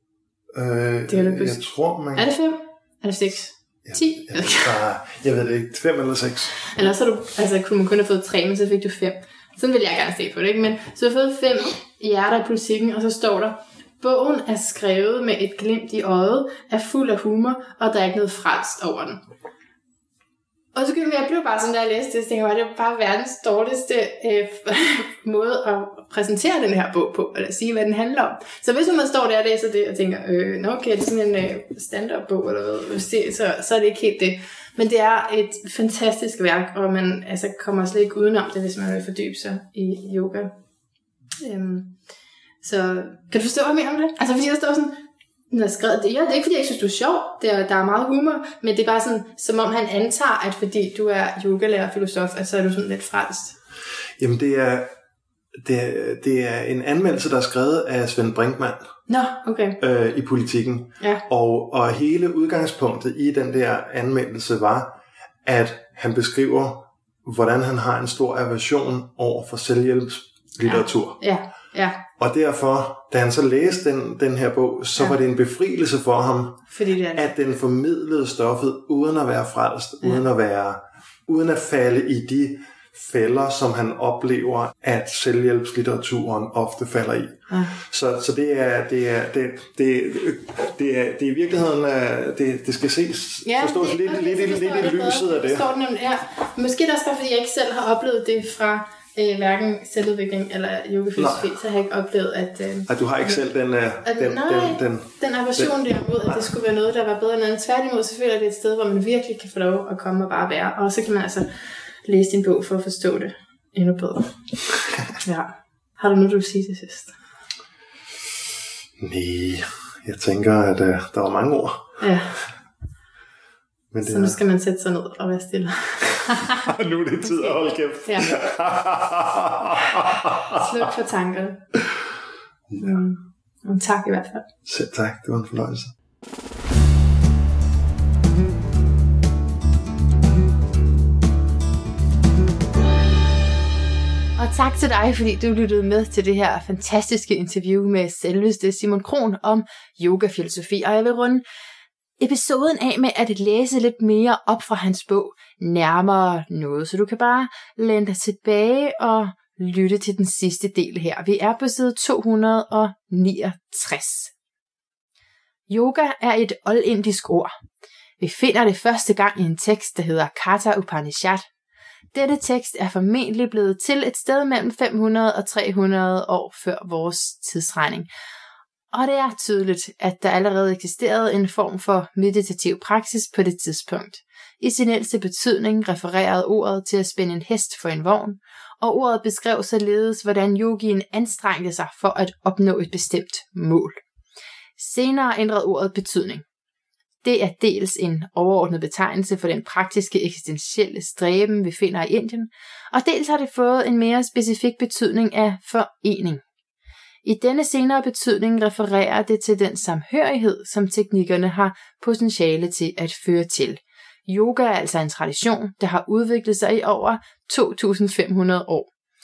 Øh, det er jeg tror, man... Er det fem? Er det seks? Ja, ti? Jeg, jeg, jeg ved det ikke. Fem eller seks. Eller så du, altså, kunne man kun have fået tre, men så fik du fem. Sådan vil jeg gerne se på det, ikke? Men så har jeg fået fem hjerter i politikken, og så står der, bogen er skrevet med et glimt i øjet, er fuld af humor, og der er ikke noget frelst over den. Og så jeg blev bare sådan, da jeg læste det, så tænkte jeg, det var bare verdens dårligste øh, måde at præsentere den her bog på, eller sige, hvad den handler om. Så hvis man står der og læser det, og tænker, øh, nå okay, det er sådan en øh, stand-up-bog, eller hvad, så, så er det ikke helt det. Men det er et fantastisk værk, og man altså, kommer slet ikke udenom det, hvis man vil fordybe sig i yoga. Øhm, så kan du forstå, hvad jeg mener om det? Altså fordi der står sådan, den er skrevet, det, ja, det er ikke fordi, jeg synes, du er sjov, det er, der er meget humor, men det er bare sådan, som om han antager, at fordi du er yogalærer og filosof, at så er du sådan lidt frelst. Jamen det er, det er, det er en anmeldelse, der er skrevet af Svend Brinkmann. Nå, okay. Øh, i Politikken. Ja. Og, og hele udgangspunktet i den der anmeldelse var, at han beskriver, hvordan han har en stor aversion over for selvhjælpslitteratur. Ja, ja. ja. Og derfor, da han så læste den, den her bog, så ja. var det en befrielse for ham, fordi det er det. At den formidlede stoffet uden at være frelst, ja. uden at være, uden at falde i de fælder, som han oplever, at selvhjælpslitteraturen ofte falder i. Ja. Så, så det er det er det det det er det er i virkeligheden det det skal ses ja, forstås det, lidt okay, lidt lidt, lidt i lyset af det. Det står det nemlig, ja. Måske det er også bare fordi jeg ikke selv har oplevet det fra øh, hverken selvudvikling eller yogafilosofi, så har jeg ikke oplevet at øh, at du har ikke selv den øh, at, den, nej, den den den aversion der mod at det skulle være noget der var bedre end andet. Tværtimod selvfølgelig er det et sted hvor man virkelig kan få lov at komme og bare være, og så kan man altså læse din bog for at forstå det endnu bedre. Ja. Har du noget, du vil sige til sidst? Nej, jeg tænker, at uh, der var mange ord. Ja. Men det så nu skal man sætte sig ned og være stille. Nu er det tid at holde kæft. Ja. Sluk for tankerne. Ja. Mm. Tak i hvert fald. Selv tak, det var en fornøjelse. Og tak til dig, fordi du lyttede med til det her fantastiske interview med selveste Simon Krohn om yogafilosofi. Og jeg vil runde episoden af med at læse lidt mere op fra hans bog nærmere noget. Så du kan bare læne dig tilbage og lytte til den sidste del her. Vi er på side to hundrede niogtres. Yoga er et oldindisk ord. Vi finder det første gang i en tekst, der hedder Katha Upanishad. Dette tekst er formentlig blevet til et sted mellem fem hundrede og tre hundrede år før vores tidsregning. Og det er tydeligt, at der allerede eksisterede en form for meditativ praksis på det tidspunkt. I sin ældste betydning refererede ordet til at spænde en hest for en vogn, og ordet beskrev således, hvordan yogien anstrengte sig for at opnå et bestemt mål. Senere ændrede ordet betydning. Det er dels en overordnet betegnelse for den praktiske eksistentielle stræben, vi finder i Indien, og dels har det fået en mere specifik betydning af forening. I denne senere betydning refererer det til den samhørighed, som teknikkerne har potentiale til at føre til. Yoga er altså en tradition, der har udviklet sig i over to tusind fem hundrede år.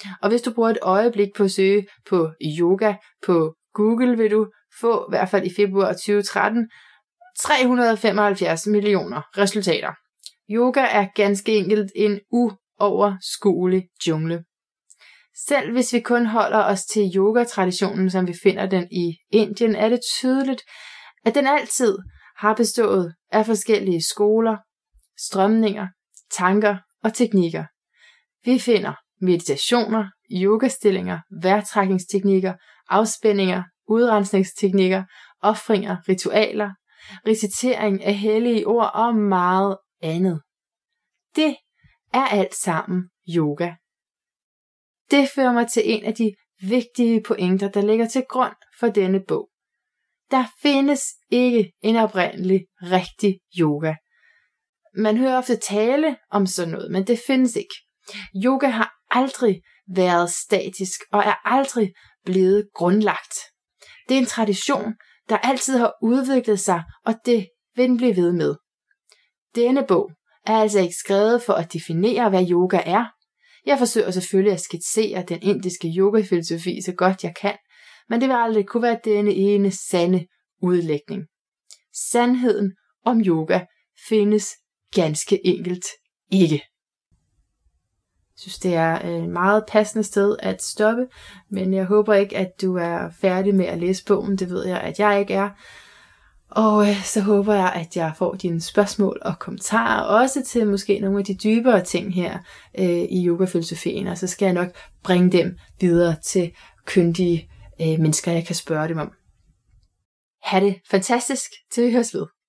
Og hvis du bruger et øjeblik på at søge på yoga på Google, vil du få, i hvert fald i februar tyve tretten, tre hundrede og femoghalvfjerds millioner resultater. Yoga er ganske enkelt en uoverskuelig jungle. Selv hvis vi kun holder os til yogatraditionen, som vi finder den i Indien, er det tydeligt, at den altid har bestået af forskellige skoler, strømninger, tanker og teknikker. Vi finder meditationer, yogastillinger, vejrtrækningsteknikker, afspændinger, udrensningsteknikker, ofringer, ritualer, recitering af hellige ord og meget andet. Det er alt sammen yoga. Det fører mig til en af de vigtige pointer, der ligger til grund for denne bog. Der findes ikke en oprindelig rigtig yoga. Man hører ofte tale om sådan noget, men det findes ikke. Yoga har aldrig været statisk og er aldrig blevet grundlagt. Det er en tradition, der altid har udviklet sig, og det vil den blive ved med. Denne bog er altså ikke skrevet for at definere, hvad yoga er. Jeg forsøger selvfølgelig at skitsere den indiske yogafilosofi så godt jeg kan, men det vil aldrig kunne være denne ene sande udlægning. Sandheden om yoga findes ganske enkelt ikke. Jeg synes, det er et meget passende sted at stoppe, men jeg håber ikke, at du er færdig med at læse bogen. Det ved jeg, at jeg ikke er. Og så håber jeg, at jeg får dine spørgsmål og kommentarer, også til måske nogle af de dybere ting her øh, i yogafilosofien, og så skal jeg nok bringe dem videre til kyndige øh, mennesker, jeg kan spørge dem om. Ha' det fantastisk, til vi høres ved.